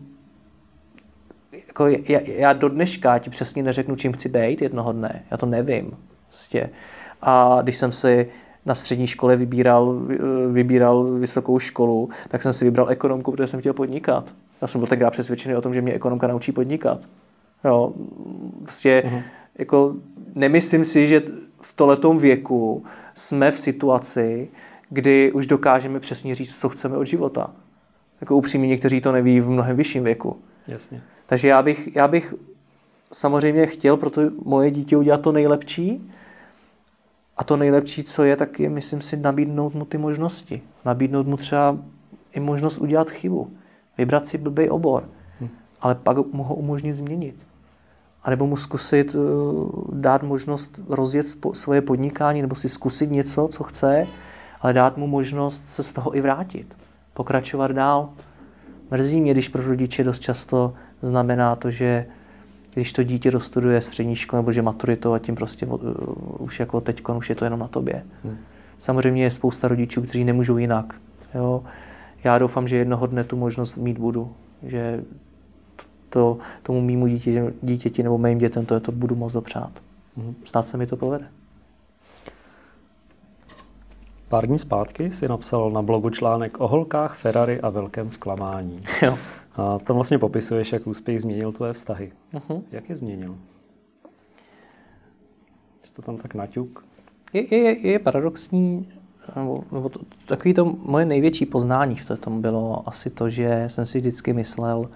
jako já, já do dneška ti přesně neřeknu, čím chci být jednoho dne. Já to nevím. Prostě. A když jsem si na střední škole vybíral, vybíral vysokou školu, tak jsem si vybral ekonomku, protože jsem chtěl podnikat. Já jsem byl tenkrát přesvědčený o tom, že mě ekonomka naučí podnikat. Jo, prostě uh-huh. jako nemyslím si, že v tohletom věku jsme v situaci, kdy už dokážeme přesně říct, co chceme od života. Jako upřímně někteří to neví v mnohem vyšším věku. Jasně. Takže já bych, já bych samozřejmě chtěl pro to moje dítě udělat to nejlepší. A to nejlepší, co je, tak je, myslím si, nabídnout mu ty možnosti. Nabídnout mu třeba i možnost udělat chybu. Vybrat si blbej obor. Hmm. Ale pak mu ho umožnit změnit. A nebo mu zkusit uh, dát možnost rozjet spo- svoje podnikání, nebo si zkusit něco, co chce, ale dát mu možnost se z toho i vrátit. Pokračovat dál. Mrzí mě, když pro rodiče dost často znamená to, že když to dítě dostuduje střední školu nebo že maturitou a tím prostě uh, už jako teďkon už je to jenom na tobě. Hmm. Samozřejmě je spousta rodičů, kteří nemůžou jinak. Jo? Já doufám, že jednoho dne tu možnost mít budu. Že to, tomu mýmu dítěti, dítěti nebo mým dětem to, to budu moc dopřát. Hmm. Snad se mi to povede. Pár dní zpátky si napsal na blogu článek o holkách, Ferrari a velkém zklamání. Jo. A tam vlastně popisuješ, jak úspěch změnil tvoje vztahy. Uh-huh. Jak je změnil? Jsi to tam tak naťuk? Je, je, je paradoxní, nebo, nebo to, takový to moje největší poznání v tom bylo asi to, že jsem si vždycky myslel,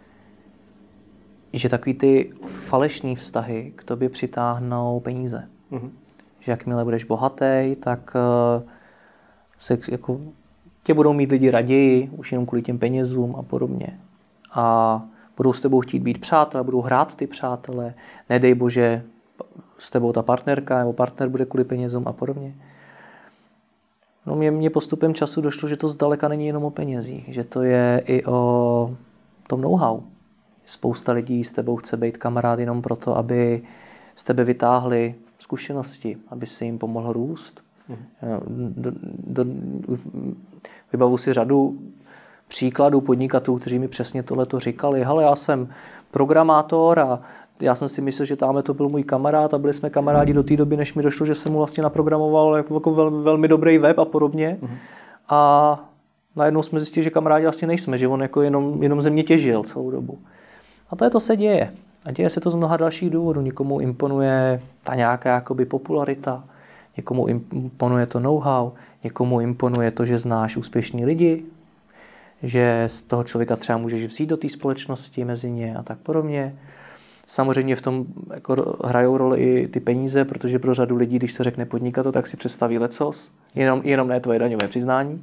že takový ty falešný vztahy k tobě přitáhnou peníze. Uh-huh. Že jakmile budeš bohatý, tak uh, se jako tě budou mít lidi raději, už jenom kvůli těm penězům a podobně. A budou s tebou chtít být přátelé, budou hrát ty přátelé. Nedej bože, s tebou ta partnerka nebo partner bude kvůli penězům a podobně. No mě, mě postupem času došlo, že to zdaleka není jenom o penězích, že to je i o tom know-how. Spousta lidí s tebou chce být kamarád jenom proto, aby z tebe vytáhli zkušenosti, aby se jim pomohl růst. Mm. Do, do, vybavu si řadu příkladů podnikatelů, kteří mi přesně tohleto říkali. Hele, já jsem programátor a já jsem si myslel, že tamhle to byl můj kamarád a byli jsme kamarádi do té doby, než mi došlo, že jsem mu vlastně naprogramoval jako, jako vel, velmi dobrý web a podobně. Mm. A najednou jsme zjistili, že kamarádi vlastně nejsme, že on jako jenom, jenom ze mě těžil celou dobu. A to je to se děje. A děje se to z mnoha dalších důvodů. Někomu imponuje ta nějaká jakoby popularita, někomu imponuje to know-how, někomu imponuje to, že znáš úspěšní lidi, že z toho člověka třeba můžeš vzít do té společnosti mezi ně a tak podobně. Samozřejmě v tom jako hrajou roli i ty peníze, protože pro řadu lidí, když se řekne podnikat, tak si představí lecos, jenom, jenom ne tvoje daňové přiznání.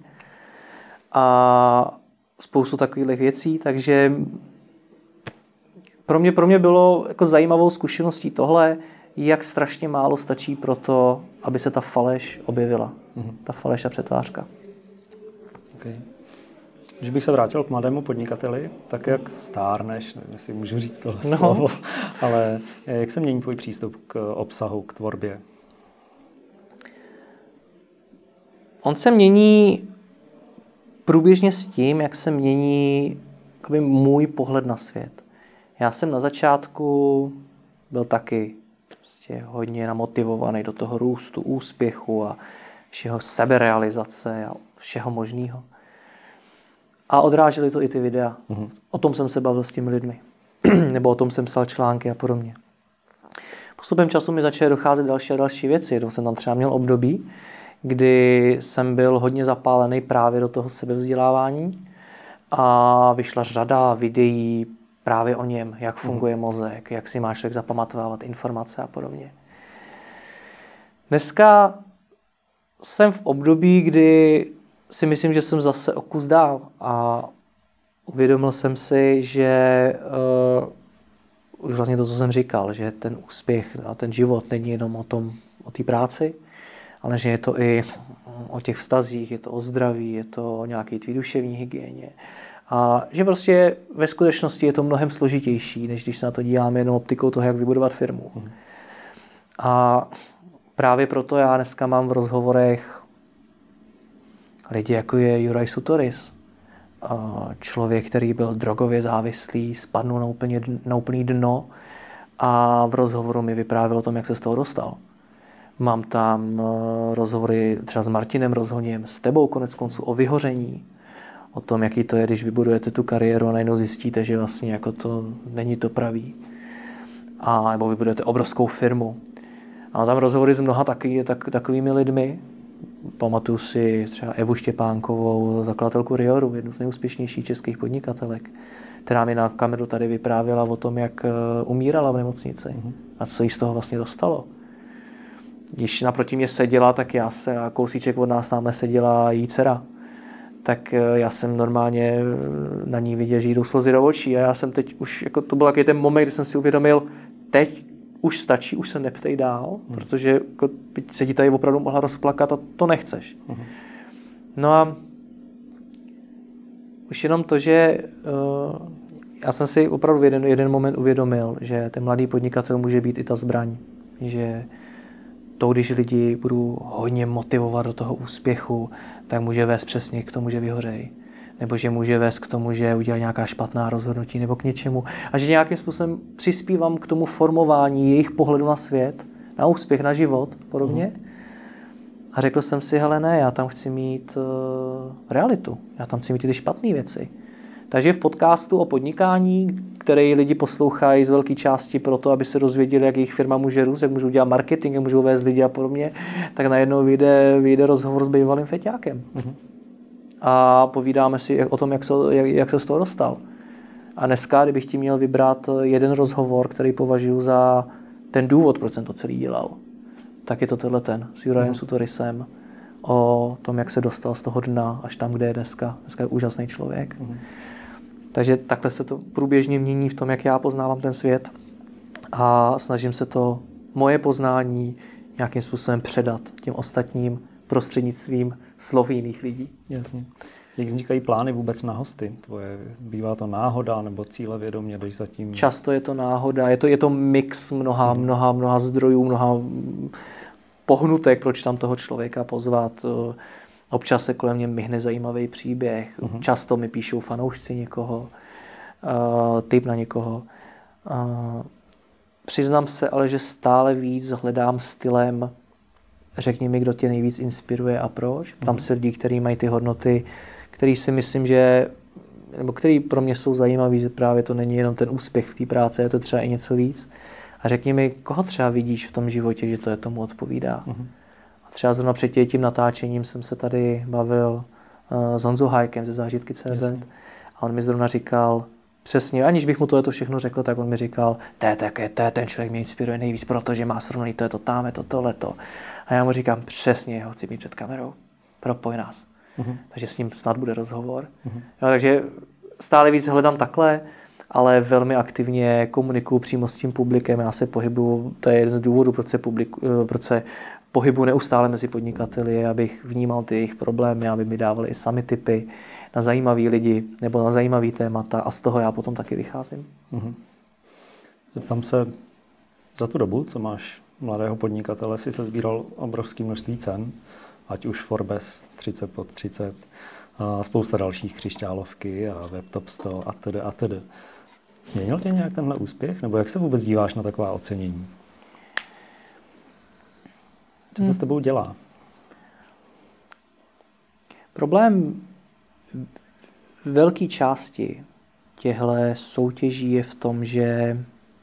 A spoustu takových věcí, takže pro mě, pro mě bylo jako zajímavou zkušeností tohle, jak strašně málo stačí pro to, aby se ta faleš objevila. Mm-hmm. Ta faleš a přetvářka. Okay. Když bych se vrátil k mladému podnikateli, tak jak stárneš, nevím, jestli můžu říct tohle no. slovo, ale jak se mění tvůj přístup k obsahu, k tvorbě? On se mění průběžně s tím, jak se mění jakoby, můj pohled na svět. Já jsem na začátku byl taky prostě hodně namotivovaný do toho růstu, úspěchu a všeho seberealizace a všeho možného. A odrážely to i ty videa. Mm-hmm. O tom jsem se bavil s těmi lidmi. nebo o tom jsem psal články a podobně. Postupem času mi začaly docházet další a další věci. To jsem tam třeba měl období, kdy jsem byl hodně zapálený právě do toho sebevzdělávání a vyšla řada videí právě o něm, jak funguje mozek, jak si má člověk zapamatovávat informace a podobně. Dneska jsem v období, kdy si myslím, že jsem zase o kus dál a uvědomil jsem si, že uh, už vlastně to, co jsem říkal, že ten úspěch a ten život není jenom o tom, o té práci, ale že je to i o těch vztazích, je to o zdraví, je to o nějaké tvý duševní hygieně. A že prostě ve skutečnosti je to mnohem složitější, než když se na to díváme jenom optikou toho, jak vybudovat firmu. Hmm. A právě proto já dneska mám v rozhovorech lidi, jako je Juraj Sutoris. Člověk, který byl drogově závislý, spadnul na, úplně, na úplný dno a v rozhovoru mi vyprávěl o tom, jak se z toho dostal. Mám tam rozhovory třeba s Martinem Rozhoněm, s tebou konec konců o vyhoření, o tom, jaký to je, když vybudujete tu kariéru a najednou zjistíte, že vlastně jako to není to pravý. A nebo vybudujete obrovskou firmu. A mám tam rozhovory s mnoha taky, tak, takovými lidmi. Pamatuju si třeba Evu Štěpánkovou, zakladatelku Rioru, jednu z nejúspěšnějších českých podnikatelek, která mi na kameru tady vyprávěla o tom, jak umírala v nemocnici mm-hmm. a co jí z toho vlastně dostalo. Když naproti mě seděla, tak já se, a kousíček od nás tamhle seděla její dcera, tak já jsem normálně na ní viděl, že jdou slzy do očí a já jsem teď už, jako to byl takový ten moment, kdy jsem si uvědomil, teď už stačí, už se neptej dál, hmm. protože jako, se ti tady opravdu mohla rozplakat a to nechceš. Hmm. No a už jenom to, že uh, já jsem si opravdu v jeden, jeden moment uvědomil, že ten mladý podnikatel může být i ta zbraň, že to, když lidi budou hodně motivovat do toho úspěchu, tak může vést přesně k tomu, že vyhořejí. Nebo že může vést k tomu, že udělá nějaká špatná rozhodnutí nebo k něčemu. A že nějakým způsobem přispívám k tomu formování jejich pohledu na svět, na úspěch, na život, podobně. Mm. A řekl jsem si, hele ne, já tam chci mít uh, realitu. Já tam chci mít ty špatné věci. Takže v podcastu o podnikání, který lidi poslouchají z velké části proto, aby se dozvěděli, jak jejich firma může růst, jak můžou dělat marketing, jak můžou vést lidi a podobně, tak najednou vyjde, vyjde rozhovor s bývalým feťákem. Mm-hmm. A povídáme si o tom, jak se, jak, jak se z toho dostal. A dneska, kdybych ti měl vybrat jeden rozhovor, který považuji za ten důvod, proč jsem to celý dělal, tak je to tenhle ten s Jurajem mm-hmm. Sutorisem o tom, jak se dostal z toho dna až tam, kde je dneska. Dneska je úžasný člověk. Mm-hmm. Takže takhle se to průběžně mění v tom, jak já poznávám ten svět a snažím se to moje poznání nějakým způsobem předat těm ostatním prostřednictvím slov jiných lidí. Jasně. Jak vznikají plány vůbec na hosty? Tvoje, bývá to náhoda nebo cílevědomě, když zatím... Často je to náhoda, je to, je to mix mnoha, hmm. mnoha, mnoha zdrojů, mnoha pohnutek, proč tam toho člověka pozvat. Občas se kolem mě myhne zajímavý příběh. Uh-huh. Často mi píšou fanoušci někoho, uh, tip na někoho. Uh, přiznám se ale, že stále víc hledám stylem, řekni mi, kdo tě nejvíc inspiruje a proč. Uh-huh. Tam se lidi, kteří mají ty hodnoty, který si myslím, že nebo který pro mě jsou zajímavý, že právě to není jenom ten úspěch v té práci, je to třeba i něco víc. A řekni mi, koho třeba vidíš v tom životě, že to je tomu odpovídá. Uh-huh. Třeba zrovna před tím natáčením jsem se tady bavil uh, s Honzou Hajkem ze zážitky tečka cé zet a on mi zrovna říkal, přesně, aniž bych mu tohleto všechno řekl, tak on mi říkal, to je, také, to je ten člověk, mě inspiruje nejvíc, protože má srovnaný to je to, tam je to, tohleto. A já mu říkám, přesně, ho chci mít před kamerou, propoj nás. Uh-huh. Takže s ním snad bude rozhovor. Uh-huh. Jo, takže stále víc hledám takhle, ale velmi aktivně komunikuju přímo s tím publikem. Já se pohybuju, to je jeden z důvodů, proč se, publiku, proč se pohybuju neustále mezi podnikateli, abych vnímal ty jejich problémy, aby mi dávali i sami tipy na zajímavý lidi nebo na zajímavý témata a z toho já potom taky vycházím. Mm-hmm. Tam se za tu dobu, co máš mladého podnikatele, si se sbíral obrovské množství cen, ať už Forbes třicet pod třicet, a spousta dalších křišťálovky a WebTop sto a tedy a tedy. Změnil tě nějak tenhle úspěch? Nebo jak se vůbec díváš na taková ocenění? Co to s tebou dělá? Problém v velké části těchto soutěží je v tom, že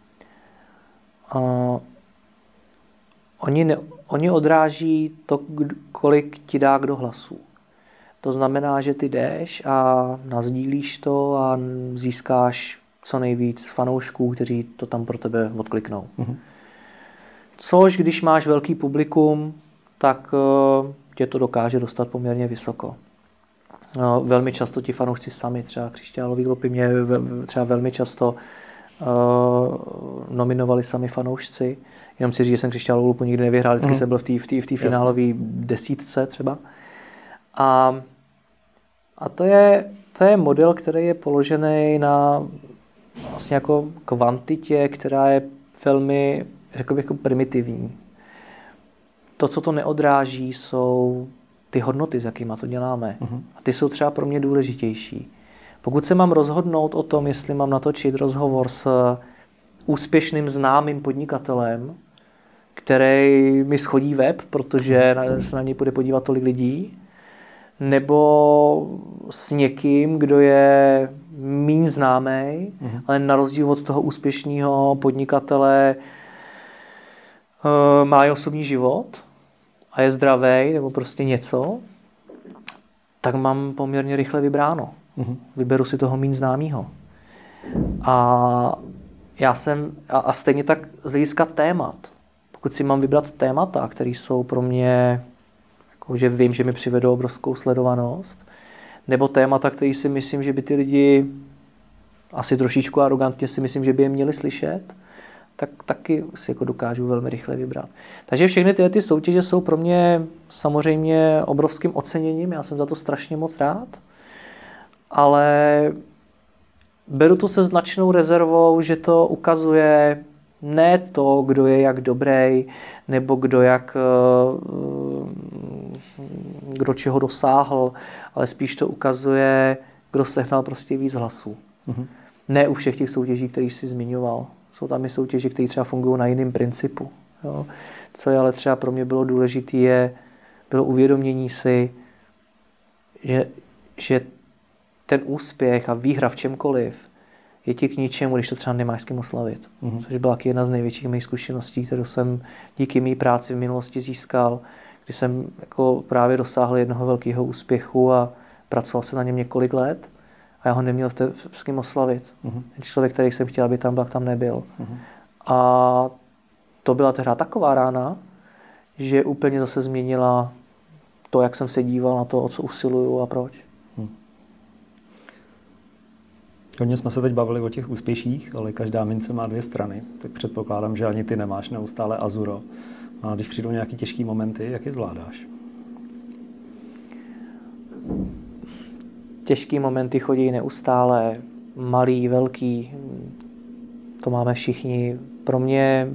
uh, oni, ne, oni odráží to, kolik ti dá kdo hlasů. To znamená, že ty jdeš a nasdílíš to a získáš co nejvíc fanoušků, kteří to tam pro tebe odkliknou. Mm-hmm. Což, když máš velký publikum, tak uh, tě to dokáže dostat poměrně vysoko. No, velmi často ti fanoušci sami, třeba Křišťálový klopy mě třeba velmi často uh, nominovali sami fanoušci. Jenom si říct, že jsem Křišťálovou lupu nikdy nevyhrál, vždycky mm. jsem byl v té v té, v té finálové desítce třeba. A, a to, je, to je model, který je položený na vlastně jako kvantitě, která je velmi, řekl bych, jako primitivní. To, co to neodráží, jsou ty hodnoty, s jakýma to děláme. Uh-huh. A ty jsou třeba pro mě důležitější. Pokud se mám rozhodnout o tom, jestli mám natočit rozhovor s úspěšným známým podnikatelem, který mi schodí web, protože se na něj půjde podívat tolik lidí, nebo s někým, kdo je míň známý, uh-huh. ale na rozdíl od toho úspěšného podnikatele uh, má i osobní život a je zdravý, nebo prostě něco, tak mám poměrně rychle vybráno. Uh-huh. Vyberu si toho míň známýho. A já jsem, a, a stejně tak z hlediska témat. Pokud si mám vybrat témata, které jsou pro mě, jako, že vím, že mi přivedou obrovskou sledovanost, nebo témata, které si myslím, že by ty lidi asi trošičku arrogantně si myslím, že by je měli slyšet, tak taky si jako dokážu velmi rychle vybrat. Takže všechny tyhle ty soutěže jsou pro mě samozřejmě obrovským oceněním, já jsem za to strašně moc rád, ale beru to se značnou rezervou, že to ukazuje ne to, kdo je jak dobrý, nebo kdo jak kdo čeho dosáhl, ale spíš to ukazuje, kdo sehnal prostě víc hlasů. Mm-hmm. Ne u všech těch soutěží, které jsi zmiňoval. Jsou tam i soutěže, které třeba fungují na jiném principu. Jo. Co je ale třeba pro mě bylo důležité, je, bylo uvědomění si, že, že ten úspěch a výhra v čemkoliv je ti k ničemu, když to třeba nemáš s kým oslavit. Mm-hmm. Což byla jedna z největších mých zkušeností, kterou jsem díky mý práci v minulosti získal, kdy jsem jako právě dosáhl jednoho velkého úspěchu a pracoval jsem na něm několik let a já ho neměl s kým oslavit. Mm-hmm. Člověk, který jsem chtěl, aby tam byl, tam nebyl. Mm-hmm. A to byla tehdy taková rána, že úplně zase změnila to, jak jsem se díval na to, o co usiluju a proč. Hmm. Hodně jsme se teď bavili o těch úspěších, ale každá mince má dvě strany, tak předpokládám, že ani ty nemáš neustále azuro. A když přijdou nějaké těžké momenty, jak je zvládáš? Těžké momenty chodí neustále, malý, velký, to máme všichni. Pro mě,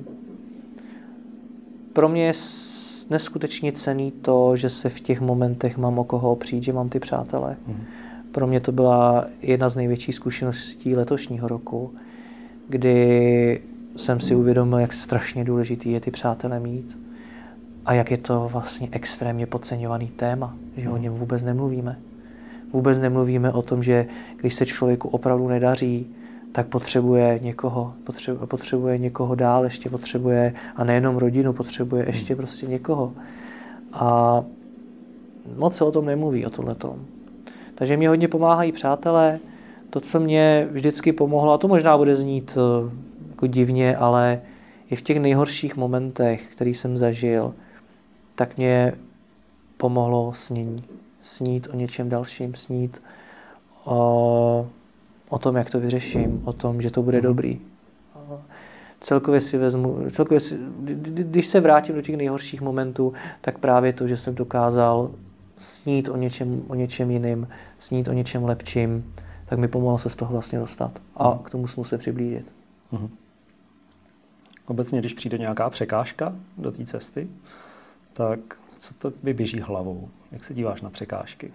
pro mě je neskutečně cenný to, že se v těch momentech mám o koho opřít, že mám ty přátele. Mm. Pro mě to byla jedna z největších zkušeností letošního roku, kdy jsem si uvědomil, jak strašně důležitý je ty přátele mít a jak je to vlastně extrémně podceňovaný téma, že mm. o něm vůbec nemluvíme. Vůbec nemluvíme o tom, že když se člověku opravdu nedaří, tak potřebuje někoho, potřebuje, potřebuje někoho dál, ještě potřebuje, a nejenom rodinu, potřebuje ještě prostě někoho. A moc se o tom nemluví, o tomhletom. Takže mě hodně pomáhají přátelé. To, co mě vždycky pomohlo, a to možná bude znít jako divně, ale i v těch nejhorších momentech, který jsem zažil, tak mě pomohlo snění. Snít o něčem dalším, snít o, o tom, jak to vyřeším, o tom, že to bude dobrý. Celkově si vezmu, celkově si, když se vrátím do těch nejhorších momentů, tak právě to, že jsem dokázal snít o něčem, o něčem jiným, snít o něčem lepším, tak mi pomohlo se z toho vlastně dostat. A k tomu jsem se přiblížit. Mhm. Obecně, když přijde nějaká překážka do té cesty, tak co to vyběží hlavou? Jak se díváš na překážky?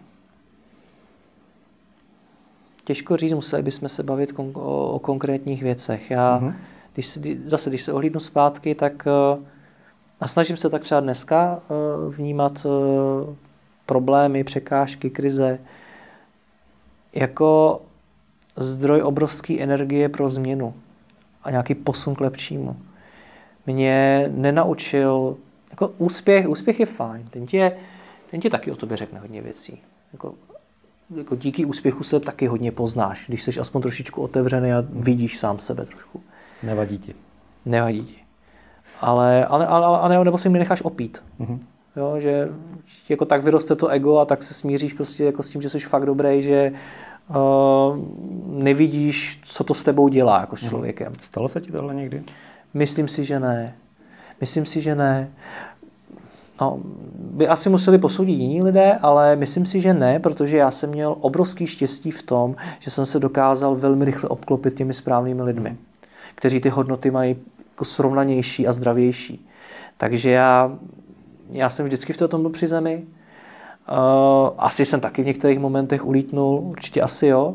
Těžko říct, museli bychom se bavit kon- o, o konkrétních věcech. Já, mm-hmm. když se, zase, když se ohlídnu zpátky, tak uh, a snažím se tak třeba dneska uh, vnímat uh, problémy, překážky, krize jako zdroj obrovské energie pro změnu a nějaký posun k lepšímu. Mě nenaučil, jako úspěch, úspěch je fajn, ten tě, ten tě taky o tobě řekne hodně věcí. Jako, jako díky úspěchu se taky hodně poznáš, když jsi aspoň trošičku otevřený a vidíš sám sebe trošku. Nevadí ti. Nevadí ti. Ale, ale, ale, ale nebo si jim nenecháš opít. Mm-hmm. Jo, že jako tak vyroste to ego a tak se smíříš prostě jako s tím, že jsi fakt dobrý, že uh, nevidíš, co to s tebou dělá jako s člověkem. Stalo se ti tohle někdy? Myslím si, že ne. Myslím si, že ne. No, by asi museli posoudit jiní lidé, ale myslím si, že ne, protože já jsem měl obrovský štěstí v tom, že jsem se dokázal velmi rychle obklopit těmi správnými lidmi, kteří ty hodnoty mají jako srovnanější a zdravější. Takže já, já jsem vždycky v tom byl při zemi. Uh, asi jsem taky v některých momentech ulítnul, určitě asi jo.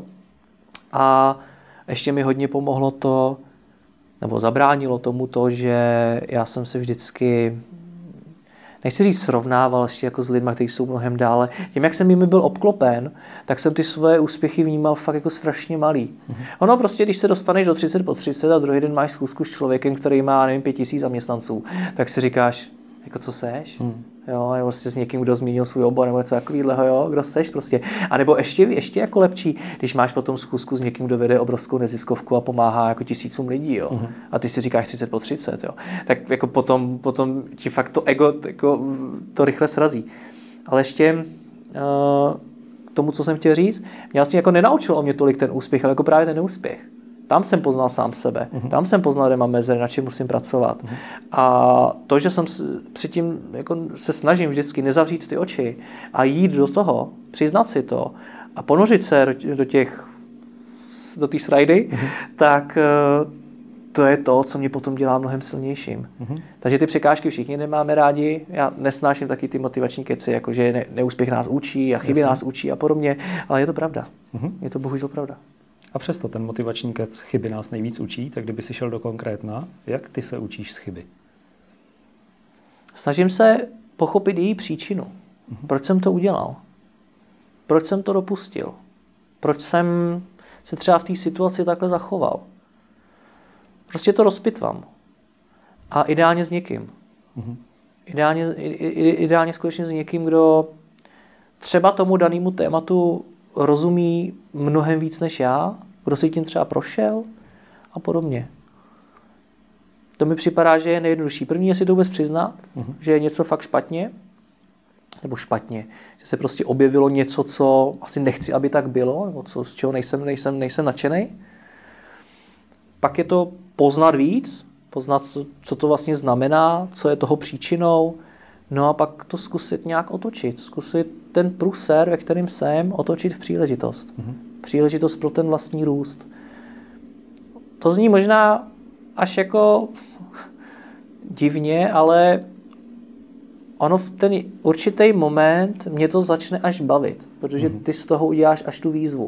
A ještě mi hodně pomohlo to, nebo zabránilo tomu to, že já jsem se vždycky, nechci říct srovnával ještě jako s lidmi, kteří jsou mnohem dále. Tím, jak jsem jimi byl obklopen, tak jsem ty svoje úspěchy vnímal fakt jako strašně malý. Mm-hmm. Ono prostě, když se dostaneš do třicet po třicet a druhý den máš schůzku s člověkem, který má, nevím, pět tisíc zaměstnanců, tak si říkáš, jako co seš? Mm. Jo, nebo prostě s někým, kdo změnil svůj obor, nebo něco takového, jo, kdo seš prostě. A nebo ještě, ještě jako lepší, když máš potom schůzku s někým, kdo vede obrovskou neziskovku a pomáhá jako tisícům lidí, jo. Mm-hmm. A ty si říkáš třicet po třicet, jo. Tak jako potom, potom ti fakt to ego jako, to rychle srazí. Ale ještě uh, k tomu, co jsem chtěl říct, mě vlastně jako nenaučil o mě tolik ten úspěch, ale jako právě ten neúspěch. Tam jsem poznal sám sebe. Uh-huh. Tam jsem poznal, kde mám mezery, na čem musím pracovat. Uh-huh. A to, že jsem předtím jako se snažím vždycky nezavřít ty oči a jít do toho, přiznat si to a ponořit se do těch do té srajdy, uh-huh. tak to je to, co mě potom dělá mnohem silnějším. Uh-huh. Takže ty překážky všichni nemáme rádi. Já nesnáším taky ty motivační keci, jako že ne, neúspěch nás učí a chyby Jasně. nás učí a podobně, ale je to pravda. Uh-huh. Je to bohužel pravda. A přesto ten motivační kec chyby nás nejvíc učí, tak kdyby si šel do konkrétna, jak ty se učíš z chyby? Snažím se pochopit její příčinu. Uh-huh. Proč jsem to udělal? Proč jsem to dopustil? Proč jsem se třeba v té situaci takhle zachoval? Prostě to rozpitvám. A ideálně s někým. Uh-huh. Ideálně, ideálně skutečně s někým, kdo třeba tomu danému tématu rozumí mnohem víc než já, kdo si tím třeba prošel a podobně. To mi připadá, že je nejjednodušší. První je si to vůbec přiznat, uh-huh. že je něco fakt špatně, nebo špatně, že se prostě objevilo něco, co asi nechci, aby tak bylo, nebo co, z čeho nejsem, nejsem, nejsem nadšenej. Pak je to poznat víc, poznat, co to vlastně znamená, co je toho příčinou, no a pak to zkusit nějak otočit. Zkusit ten průser, ve kterém jsem, otočit v příležitost. Mm-hmm. Příležitost pro ten vlastní růst. To zní možná až jako divně, ale ono v ten určitý moment mě to začne až bavit, protože ty z toho uděláš až tu výzvu.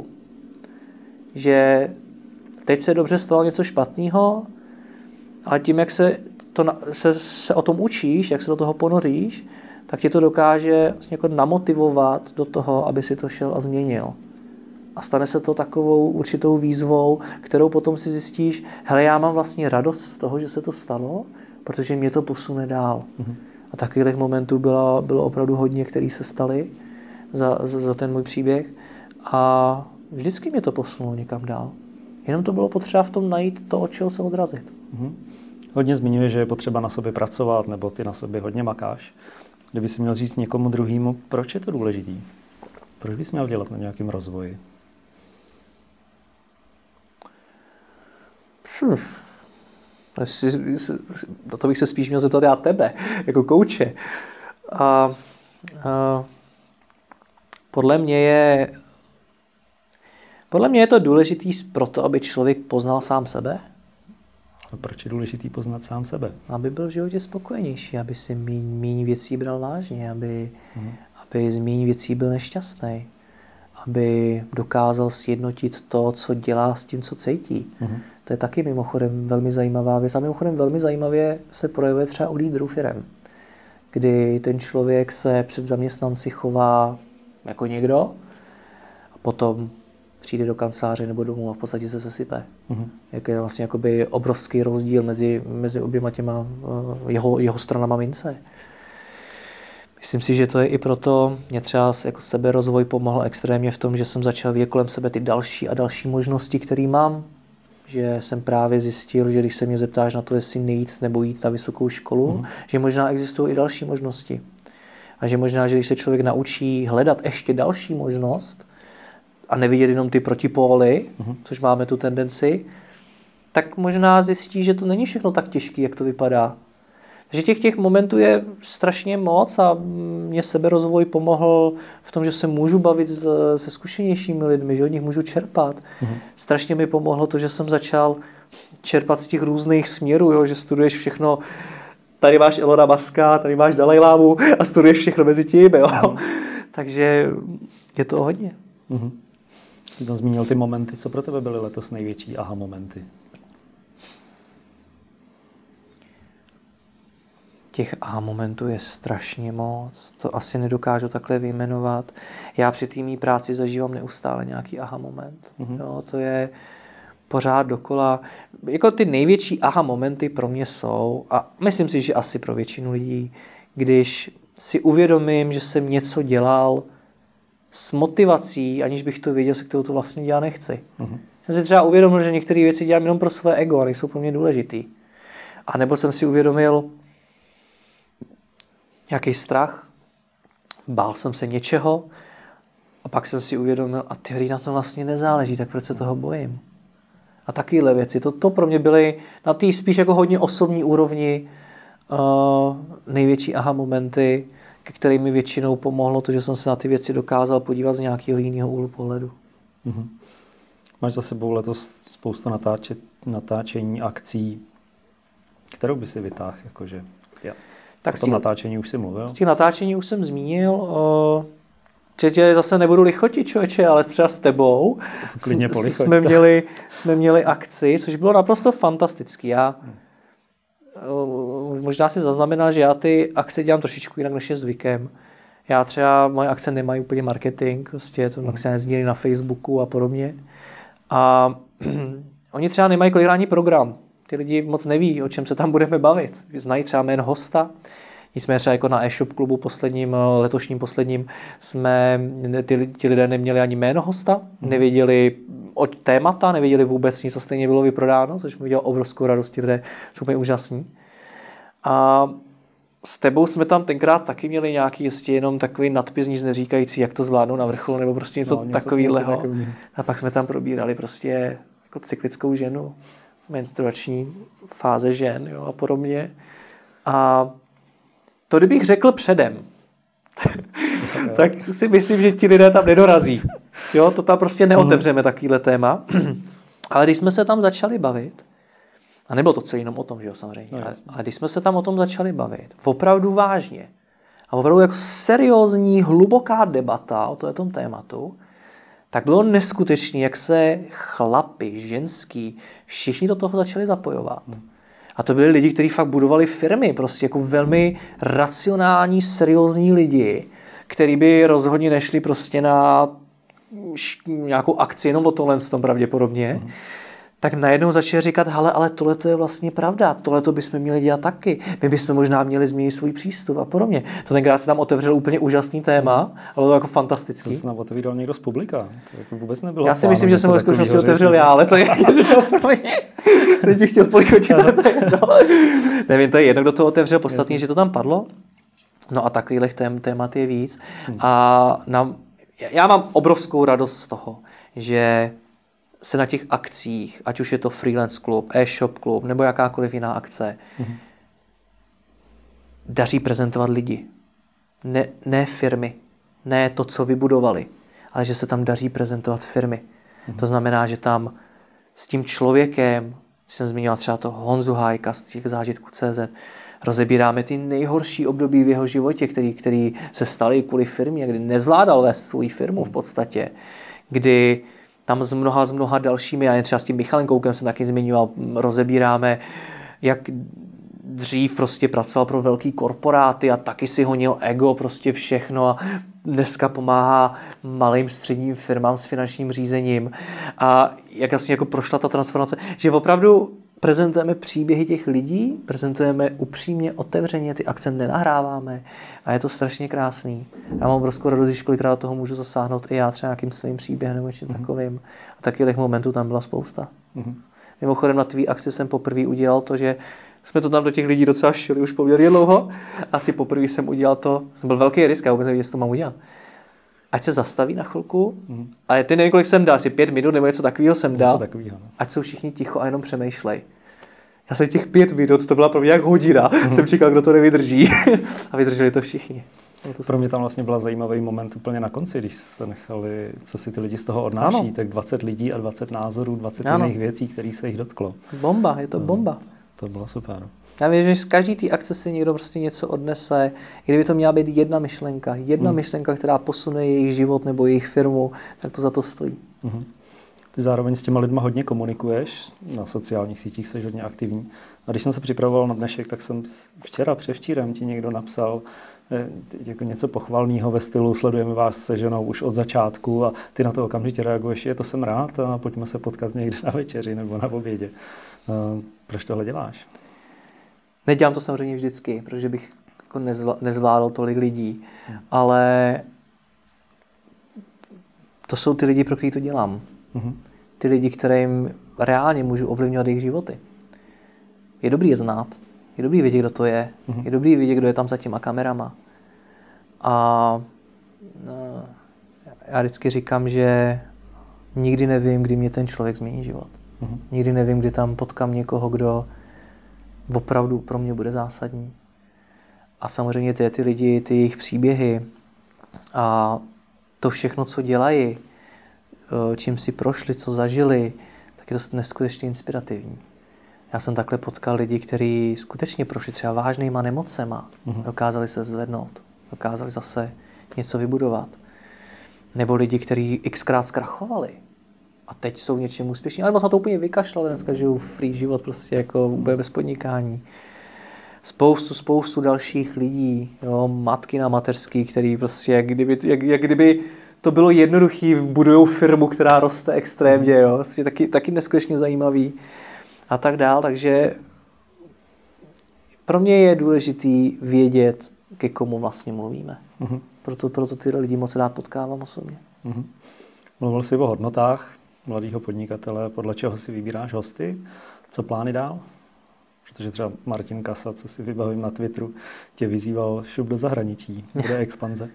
Že teď se dobře stalo něco špatného, ale tím, jak se, to, se, se o tom učíš, jak se do toho ponoříš, tak ti to dokáže vlastně jako namotivovat do toho, aby si to šel a změnil. A stane se to takovou určitou výzvou, kterou potom si zjistíš, hele, já mám vlastně radost z toho, že se to stalo, protože mě to posune dál. Mm-hmm. A takových momentů bylo, bylo opravdu hodně, které se staly za, za, za ten můj příběh. A vždycky mě to posunulo někam dál. Jenom to bylo potřeba v tom najít to, od čeho se odrazit. Mm-hmm. Hodně zmiňuje, že je potřeba na sobě pracovat, nebo ty na sobě hodně makáš. Kdyby si měl říct někomu druhému, proč je to důležitý? Proč bys měl dělat na nějakém rozvoji? Hm. Na to bych se spíš měl zeptat já tebe, jako kouče. A, a, podle mě je podle mě je to důležitý proto, aby člověk poznal sám sebe. A proč je důležitý poznat sám sebe? Aby byl v životě spokojenější, aby si míň, míň věcí bral vážně, aby, hmm. aby z míň věcí byl nešťastný, aby dokázal sjednotit to, co dělá s tím, co cítí. Hmm. To je taky mimochodem velmi zajímavá věc. A mimochodem velmi zajímavě se projevuje třeba u lídrů firem, kdy ten člověk se před zaměstnanci chová jako někdo a potom přijde do kanceláře nebo domů a v podstatě se sesype. Mm-hmm. Jak je vlastně jakoby obrovský rozdíl mezi, mezi oběma těma jeho, jeho stranama mince. Myslím si, že to je i proto, mě třeba jako seberozvoj pomohl extrémně v tom, že jsem začal vidět kolem sebe ty další a další možnosti, které mám. Že jsem právě zjistil, že když se mě zeptáš na to, jestli nejít nebo jít na vysokou školu, mm. že možná existují i další možnosti. A že možná, že když se člověk naučí hledat ještě další možnost a nevidět jenom ty protipóly, mm. což máme tu tendenci, tak možná zjistí, že to není všechno tak těžké, jak to vypadá. Takže těch, těch momentů je strašně moc a mě seberozvoj pomohl v tom, že se můžu bavit s, se zkušenějšími lidmi, že od nich můžu čerpat. Mm-hmm. Strašně mi pomohlo to, že jsem začal čerpat z těch různých směrů, jo, že studuješ všechno, tady máš Elona Muska, tady máš Dalajlámu a studuješ všechno mezi tím. Jo. Mm-hmm. Takže je to hodně. Mm-hmm. Jsi tam zmínil ty momenty, co pro tebe byly letos největší aha momenty? Těch aha momentů je strašně moc. To asi nedokážu takhle vyjmenovat. Já při té mý práci zažívám neustále nějaký aha moment. Mm-hmm. Jo, to je pořád dokola. Jako ty největší aha momenty pro mě jsou, a myslím si, že asi pro většinu lidí, když si uvědomím, že jsem něco dělal s motivací, aniž bych to věděl, se kterou to vlastně dělat nechci. Mm-hmm. Jsem si třeba uvědomil, že některé věci dělám jenom pro své ego a nejsou pro mě důležitý. A nebo jsem si uvědomil nějaký strach, bál jsem se něčeho a pak jsem si uvědomil, a ty na to vlastně nezáleží, tak proč se toho bojím. A takovéhle věci. To, to pro mě byly na té spíš jako hodně osobní úrovni uh, největší aha momenty, ke kterým mi většinou pomohlo to, že jsem se na ty věci dokázal podívat z nějakého jiného úhlu pohledu. Mm-hmm. Máš za sebou letos spoustu natáče, natáčení, akcí, kterou by si vytáhl, jakože... Ja. Tak o tom natáčení už si mluvil. Z těch natáčení už jsem zmínil, že tě zase nebudu lichotit, člověče, ale třeba s tebou Klidně jsme měli, jsme měli akci, což bylo naprosto fantastický. Já možná si zaznamenal, že já ty akce dělám trošičku jinak, než je zvykem. Já třeba, moje akce nemají úplně marketing, prostě to maximálně sdílí na Facebooku a podobně. A oni třeba nemají kolikrát program. Ty lidi moc neví, o čem se tam budeme bavit. Znají třeba jméno hosta. Nicméně třeba jako na e-shop klubu posledním, letošním posledním, jsme, ty, ty lidé neměli ani jméno hosta, nevěděli o témata, nevěděli vůbec nic, co stejně bylo vyprodáno, což mi udělalo obrovskou radost, ti lidé jsou úplně úžasní. A s tebou jsme tam tenkrát taky měli nějaký ještě jenom takový nadpis, nic neříkající, jak to zvládnou na vrcholu, nebo prostě něco, no, něco takového. A pak jsme tam probírali prostě jako cyklickou ženu, menstruační fáze žen, jo, a podobně. A to kdybych řekl předem, tak si myslím, že ti lidé tam nedorazí. Jo, to tam prostě neotevřeme takovýhle téma. Ale když jsme se tam začali bavit, a nebylo to celý jenom o tom, že jo, samozřejmě, no, ale, ale když jsme se tam o tom začali bavit, opravdu vážně, a opravdu jako seriózní, hluboká debata o tom tématu, tak bylo neskutečné, jak se chlapi, ženský, všichni do toho začali zapojovat. A to byli lidi, kteří fakt budovali firmy, prostě jako velmi racionální, seriózní lidi, kteří by rozhodně nešli prostě na nějakou akci jenom o tohle tom pravděpodobně. Mm. Tak najednou začali říkat, hele, ale tohle to je vlastně pravda, tohle to bychom měli dělat taky, my bychom možná měli změnit svůj přístup a podobně. To tenkrát se tam otevřel úplně úžasný téma, ale to jako fantastický. To se nám otevíral někdo z publika, to jako vůbec nebylo. Já si myslím, že jsem ve skutečnosti otevřel já, ale to je jedno pro mě. Jsem ti chtěl polichotit, ale to je jedno. Nevím, to je jedno, kdo to otevřel, podstatně, že to tam padlo. No a takových tém, témat je víc. Hmm. A nám, já mám obrovskou radost z toho, že se na těch akcích, ať už je to freelance klub, e-shop klub nebo jakákoliv jiná akce, mm-hmm. daří prezentovat lidi. Ne, ne firmy, ne to, co vybudovali, ale že se tam daří prezentovat firmy. Mm-hmm. To znamená, že tam s tím člověkem, jsem zmínila třeba to Honzu Hájka z těch zážitků tečka cé zet, rozebíráme ty nejhorší období v jeho životě, který, který se staly kvůli firmě, kdy nezvládal vést svou firmu v podstatě, kdy tam s mnoha, s mnoha dalšími, já jen třeba s tím Michalem Koukem jsem taky zmiňoval, rozebíráme, jak dřív prostě pracoval pro velký korporáty a taky si honil ego, prostě všechno a dneska pomáhá malým středním firmám s finančním řízením a jak vlastně jako prošla ta transformace, že opravdu prezentujeme příběhy těch lidí, prezentujeme upřímně, otevřeně, ty akcenty nenahráváme a je to strašně krásný. Já mám obrovskou radost, když kolikrát do toho můžu zasáhnout i já třeba nějakým svým příběhem nebo něčím mm-hmm. takovým. A takových momentů tam byla spousta. Mm-hmm. Mimochodem na tvý akci jsem poprvé udělal to, že jsme to tam do těch lidí docela šili už poměrně dlouho. Asi poprvé jsem udělal to, jsem byl velký risk, já vůbec nevím, jestli to mám udělat. Ať se zastaví na chvilku, mm. ale ty nevím, kolik jsem dal, asi pět minut nebo něco takového jsem dal. Takovýho, no. Ať jsou všichni ticho a jenom přemýšlej. Já jsem těch pět minut, to byla pro mě jak hodina, mm. jsem čekal, kdo to nevydrží. A vydrželi to všichni. To pro mě tam vlastně byl zajímavý moment úplně na konci, když se nechali, co si ty lidi z toho odnáší, ano. tak dvacet lidí a dvacet názorů, dvacet ano. jiných věcí, které se jich dotklo. Bomba, je to, to bomba. To bylo super. Já vím, že z každý té akce si někdo prostě něco odnese. I kdyby to měla být jedna myšlenka, jedna hmm. myšlenka, která posune jejich život nebo jejich firmu, tak to za to stojí. Hmm. Ty zároveň s těma lidma hodně komunikuješ, na sociálních sítích jsi hodně aktivní. A když jsem se připravoval na dnešek, tak jsem včera, převčírem ti někdo napsal jako něco pochvalného ve stylu sledujeme vás se ženou už od začátku a ty na to okamžitě reaguješ, je to jsem rád a pojďme se potkat někde na večeři nebo na obědě. Proč tohle děláš? Nedělám to samozřejmě vždycky, protože bych jako nezvládal tolik lidí, hmm. ale to jsou ty lidi, pro který to dělám. Hmm. Ty lidi, kterým reálně můžu ovlivňovat jejich životy. Je dobrý je znát, je dobrý vědět, kdo to je, hmm. je dobrý vědět, kdo je tam za těma kamerama. A no, já vždycky říkám, že nikdy nevím, kdy mě ten člověk změní život. Hmm. Nikdy nevím, kdy tam potkám někoho, kdo opravdu pro mě bude zásadní. A samozřejmě ty, ty lidi, ty jejich příběhy a to všechno, co dělají, čím si prošli, co zažili, tak je to neskutečně inspirativní. Já jsem takhle potkal lidi, kteří skutečně prošli třeba vážnýma nemocema, mm-hmm. dokázali se zvednout, dokázali zase něco vybudovat. Nebo lidi, kteří xkrát zkrachovali a teď jsou něčím úspěšní, ale moc na to úplně vykašlali, dneska žijou free život, prostě jako úplně bez podnikání. Spoustu, spoustu dalších lidí, jo, matky na mateřský, který prostě, jak kdyby, jak, jak kdyby to bylo jednoduchý, budujou firmu, která roste extrémně, jo, prostě taky, taky neskutečně zajímavý a tak dál, takže pro mě je důležitý vědět, ke komu vlastně mluvíme. Mm-hmm. Proto, proto ty lidi moc rád potkávám osobně. Mm-hmm. Mluvil jsi o hodnotách mladého podnikatele, podle čeho si vybíráš hosty, co plány dál? Protože třeba Martin Kasa, co si vybavím na Twitteru, tě vyzýval šup do zahraničí. Bude expanze?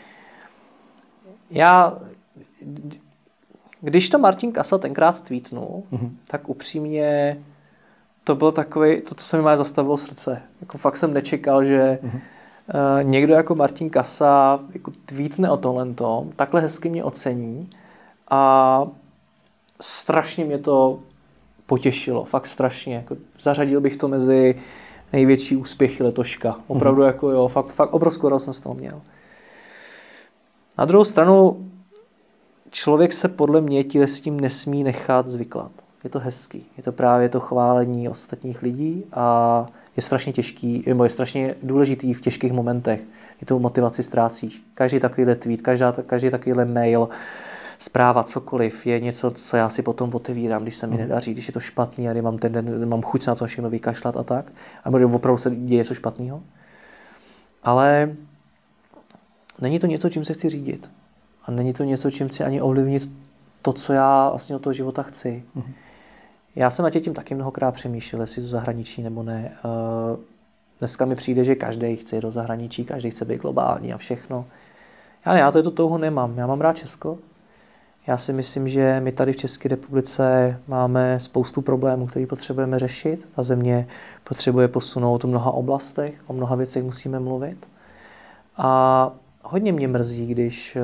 Já, když to Martin Kasa tenkrát tweetnul, mm-hmm. tak upřímně to bylo takový, to, to se mi má zastavilo srdce. Jako fakt jsem nečekal, že mm-hmm. uh, někdo jako Martin Kasa jako tweetne o tohleto, takhle hezky mě ocení a strašně mě to potěšilo, fakt strašně. Jako zařadil bych to mezi největší úspěchy letoška. Opravdu mm-hmm. jako jo, fakt, fakt obrovskou radost jsem z toho měl. Na druhou stranu, člověk se podle mě tíhle s tím nesmí nechat zvyklat. Je to hezký. Je to právě to chválení ostatních lidí a je strašně těžký, nebo je strašně důležitý v těžkých momentech. Je tu motivaci ztrácíš. Každý takovýhle tweet, každá, každý takovýhle mail, zpráva, cokoliv, je něco, co já si potom otevírám, když se mi nedaří, když je to špatný a mám, ten, mám chuť se na to všechno vykašlat a tak. A možná opravdu se děje něco špatného. Ale není to něco, čím se chci řídit. A není to něco, čím chci ani ovlivnit to, co já vlastně od toho života chci. Mm-hmm. Já jsem na tě tím taky mnohokrát přemýšlel, jestli do zahraničí nebo ne. Dneska mi přijde, že každý chce jít do zahraničí, každý chce být globální a všechno. Já ne, já to touhu nemám. Já mám rád Česko. Já si myslím, že my tady v České republice máme spoustu problémů, které potřebujeme řešit. Ta země potřebuje posunout v mnoha oblastech, o mnoha věcech musíme mluvit. A hodně mě mrzí, když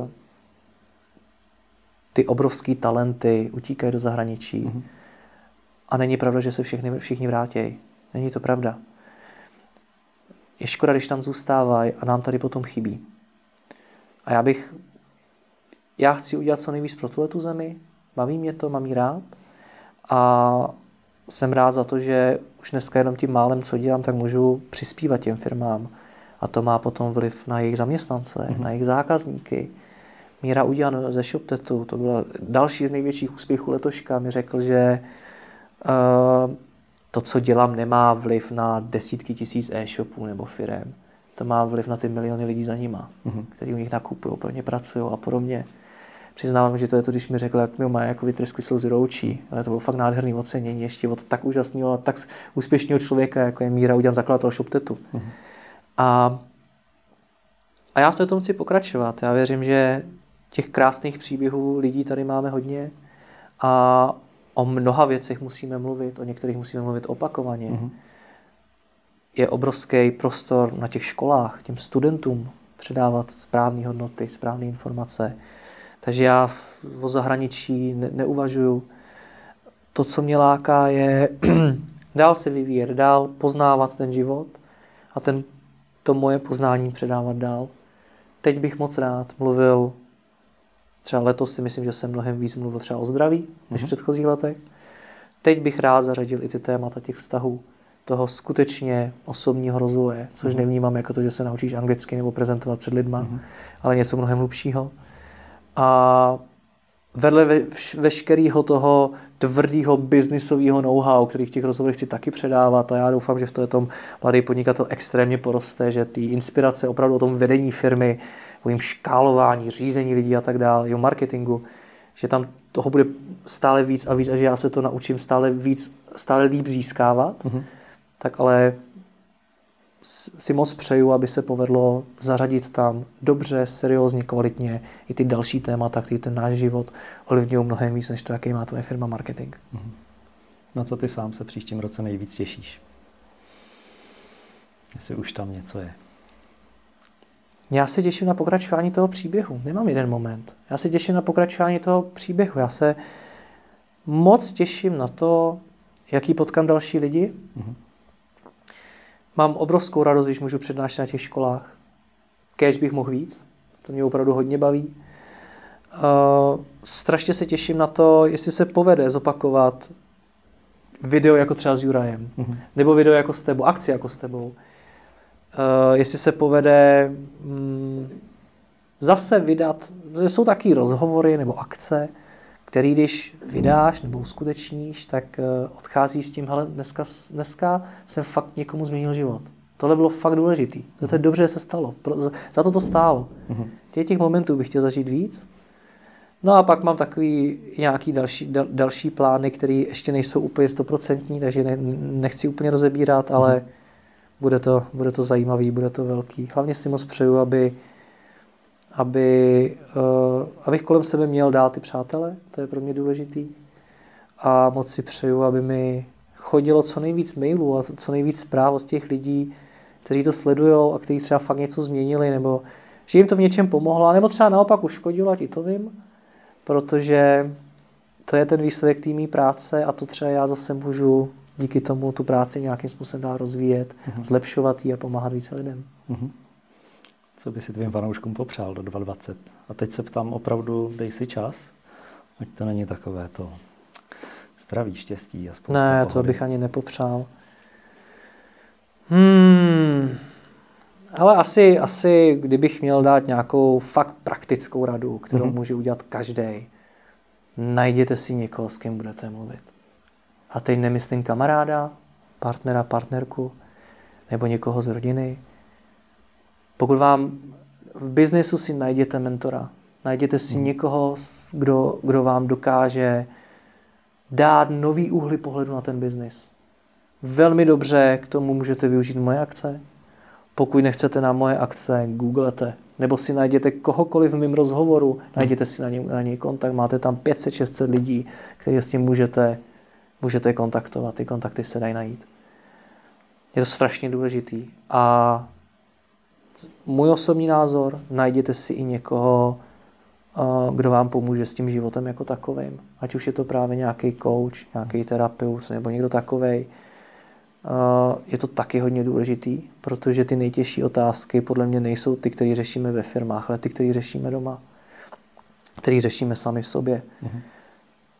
ty obrovský talenty utíkají do zahraničí. Mm-hmm. A není pravda, že se všichni, všichni vrátí. Není to pravda. Je škoda, když tam zůstávají a nám tady potom chybí. A já bych Já chci udělat co nejvíc pro tuhletu zemi, baví mě to, mám jí rád a jsem rád za to, že už dneska jenom tím málem, co dělám, tak můžu přispívat těm firmám A to má potom vliv na jejich zaměstnance, mm-hmm. na jejich zákazníky. Míra Udian ze ShopTetu, to byla další z největších úspěchů letoška, mi řekl, že uh, to, co dělám, nemá vliv na desítky tisíc e-shopů nebo firem. To má vliv na ty miliony lidí za nima, mm-hmm. kteří u nich nakupují, pro ně pracují a podobně. Přiznávám, že to je to, když mi řekl, jak mi má jako vytryskly slzy do očí. Ale to bylo fakt nádherný ocenění ještě od tak úžasného a tak úspěšného člověka, jako je Míra Udian, zakladatel ShopTetu. Mm-hmm. A, a já v tom chci pokračovat. Já věřím, že těch krásných příběhů lidí tady máme hodně a o mnoha věcech musíme mluvit, o některých musíme mluvit opakovaně. Mm-hmm. Je obrovský prostor na těch školách těm studentům předávat správné hodnoty, správné informace. Takže já o zahraničí ne- neuvažuju. To, co mě láká, je dál se vyvíjet, dál poznávat ten život a ten, to moje poznání předávat dál. Teď bych moc rád mluvil, třeba letos si myslím, že jsem mnohem víc mluvil třeba o zdraví, než mm-hmm. v předchozích letech. Teď bych rád zařadil i ty témata těch vztahů, toho skutečně osobního rozvoje, což mm-hmm. nevnímám jako to, že se naučíš anglicky nebo prezentovat před lidma, mm-hmm. ale něco mnohem hlubšího. A vedle ve, veškerého toho tvrdého biznisového know-how, který v těch rozhovorech chci taky předávat, a já doufám, že v tom mladý podnikatel extrémně poroste, že ty inspirace opravdu o tom vedení firmy, o jejím škálování, řízení lidí a tak dále, o marketingu, že tam toho bude stále víc a víc a že já se to naučím stále víc, stále líp získávat, mm-hmm. tak ale si moc přeju, aby se povedlo zařadit tam dobře, seriózně, kvalitně i ty další témata, který ten náš život ovlivňují mnohem víc, než to, jaký má tvoje firma marketing. Mm-hmm. Na co ty sám se příštím roce nejvíc těšíš? Jestli už tam něco je. Já se těším na pokračování toho příběhu. Nemám jeden moment. Já se těším na pokračování toho příběhu. Já se moc těším na to, jaký potkám další lidi. Mm-hmm. Mám obrovskou radost, když můžu přednášet na těch školách. Kéž bych mohl víc. To mě opravdu hodně baví. Uh, strašně se těším na to, jestli se povede zopakovat video jako třeba s Jurajem. Mm-hmm. Nebo video jako s tebou, akci jako s tebou. Uh, jestli se povede mm, zase vydat, jsou taky rozhovory nebo akce, který když vydáš nebo uskutečníš, tak uh, odchází s tím, hele, dneska, dneska jsem fakt někomu změnil život. Tohle bylo fakt důležitý. To je dobře, že se stalo. Pro, za, za to to stálo. Mm-hmm. Těch, těch momentů bych chtěl zažít víc. No a pak mám takový nějaký další, dal, další plány, které ještě nejsou úplně stoprocentní, takže ne, nechci úplně rozebírat, ale mm-hmm. Bude to, bude to zajímavý, bude to velký. Hlavně si moc přeju, aby, aby, uh, abych kolem sebe měl dál ty přátele, to je pro mě důležitý. A moc si přeju, aby mi chodilo co nejvíc mailů a co nejvíc zpráv od těch lidí, kteří to sledují a kteří třeba fakt něco změnili, nebo že jim to v něčem pomohlo, nebo třeba naopak uškodilo, ať i to vím, protože to je ten výsledek té mý práce a to třeba já zase můžu díky tomu tu práci nějakým způsobem dál rozvíjet, uh-huh. zlepšovat ji a pomáhat více lidem. Uh-huh. Co by si tvým fanouškům popřál do dvacet dvacet? A teď se ptám opravdu, dej si čas, ať to není takové to zdraví, štěstí a spousta Ne, pohody. To bych ani nepopřál. Hmm. Ale asi, asi, kdybych měl dát nějakou fakt praktickou radu, kterou uh-huh. může udělat každý, najděte si někoho, s kým budete mluvit. A teď nemyslím kamaráda, partnera, partnerku, nebo někoho z rodiny. Pokud vám v biznesu si najděte mentora, najděte si hmm. někoho, kdo, kdo vám dokáže dát nový úhly pohledu na ten biznis. Velmi dobře k tomu můžete využít moje akce. Pokud nechcete na moje akce, googlete. Nebo si najděte kohokoliv v mém rozhovoru, najděte si na něj, na něj kontakt. Máte tam pět set šest set lidí, kteří s tím můžete můžete kontaktovat, ty kontakty se dají najít. Je to strašně důležitý. A můj osobní názor, najděte si i někoho, kdo vám pomůže s tím životem jako takovým. Ať už je to právě nějaký coach, nějaký terapeut nebo někdo takovej. Je to taky hodně důležitý, protože ty nejtěžší otázky podle mě nejsou ty, které řešíme ve firmách, ale ty, které řešíme doma, které řešíme sami v sobě. Mhm.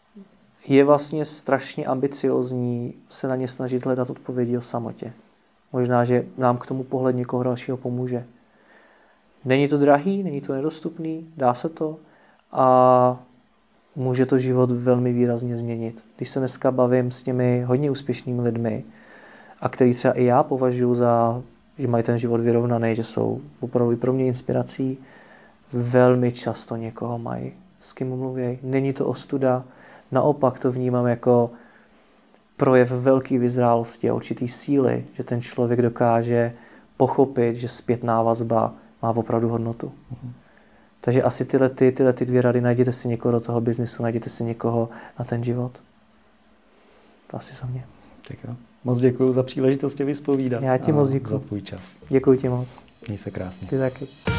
Je vlastně strašně ambiciozní se na ně snažit hledat odpovědi o samotě. Možná, že nám k tomu pohled někoho dalšího pomůže. Není to drahý, není to nedostupný, dá se to a může to život velmi výrazně změnit. Když se dneska bavím s těmi hodně úspěšnými lidmi, a který třeba i já považuji za, že mají ten život vyrovnaný, že jsou opravdu pro mě inspirací, velmi často někoho mají, s kým mluví. Není to ostuda, naopak to vnímám jako projev velké vyzrálosti a určitý síly, že ten člověk dokáže pochopit, že zpětná vazba má opravdu hodnotu. Mm-hmm. Takže asi tyhle, ty, tyhle ty dvě rady, najděte si někoho do toho biznisu, najděte si někoho na ten život. To asi za mě. Tak jo. Moc děkuji za příležitost tě vyspovídat. Já ti moc děkuji. Za tvůj čas. Děkuji ti moc. Měj se krásně. Ty taky.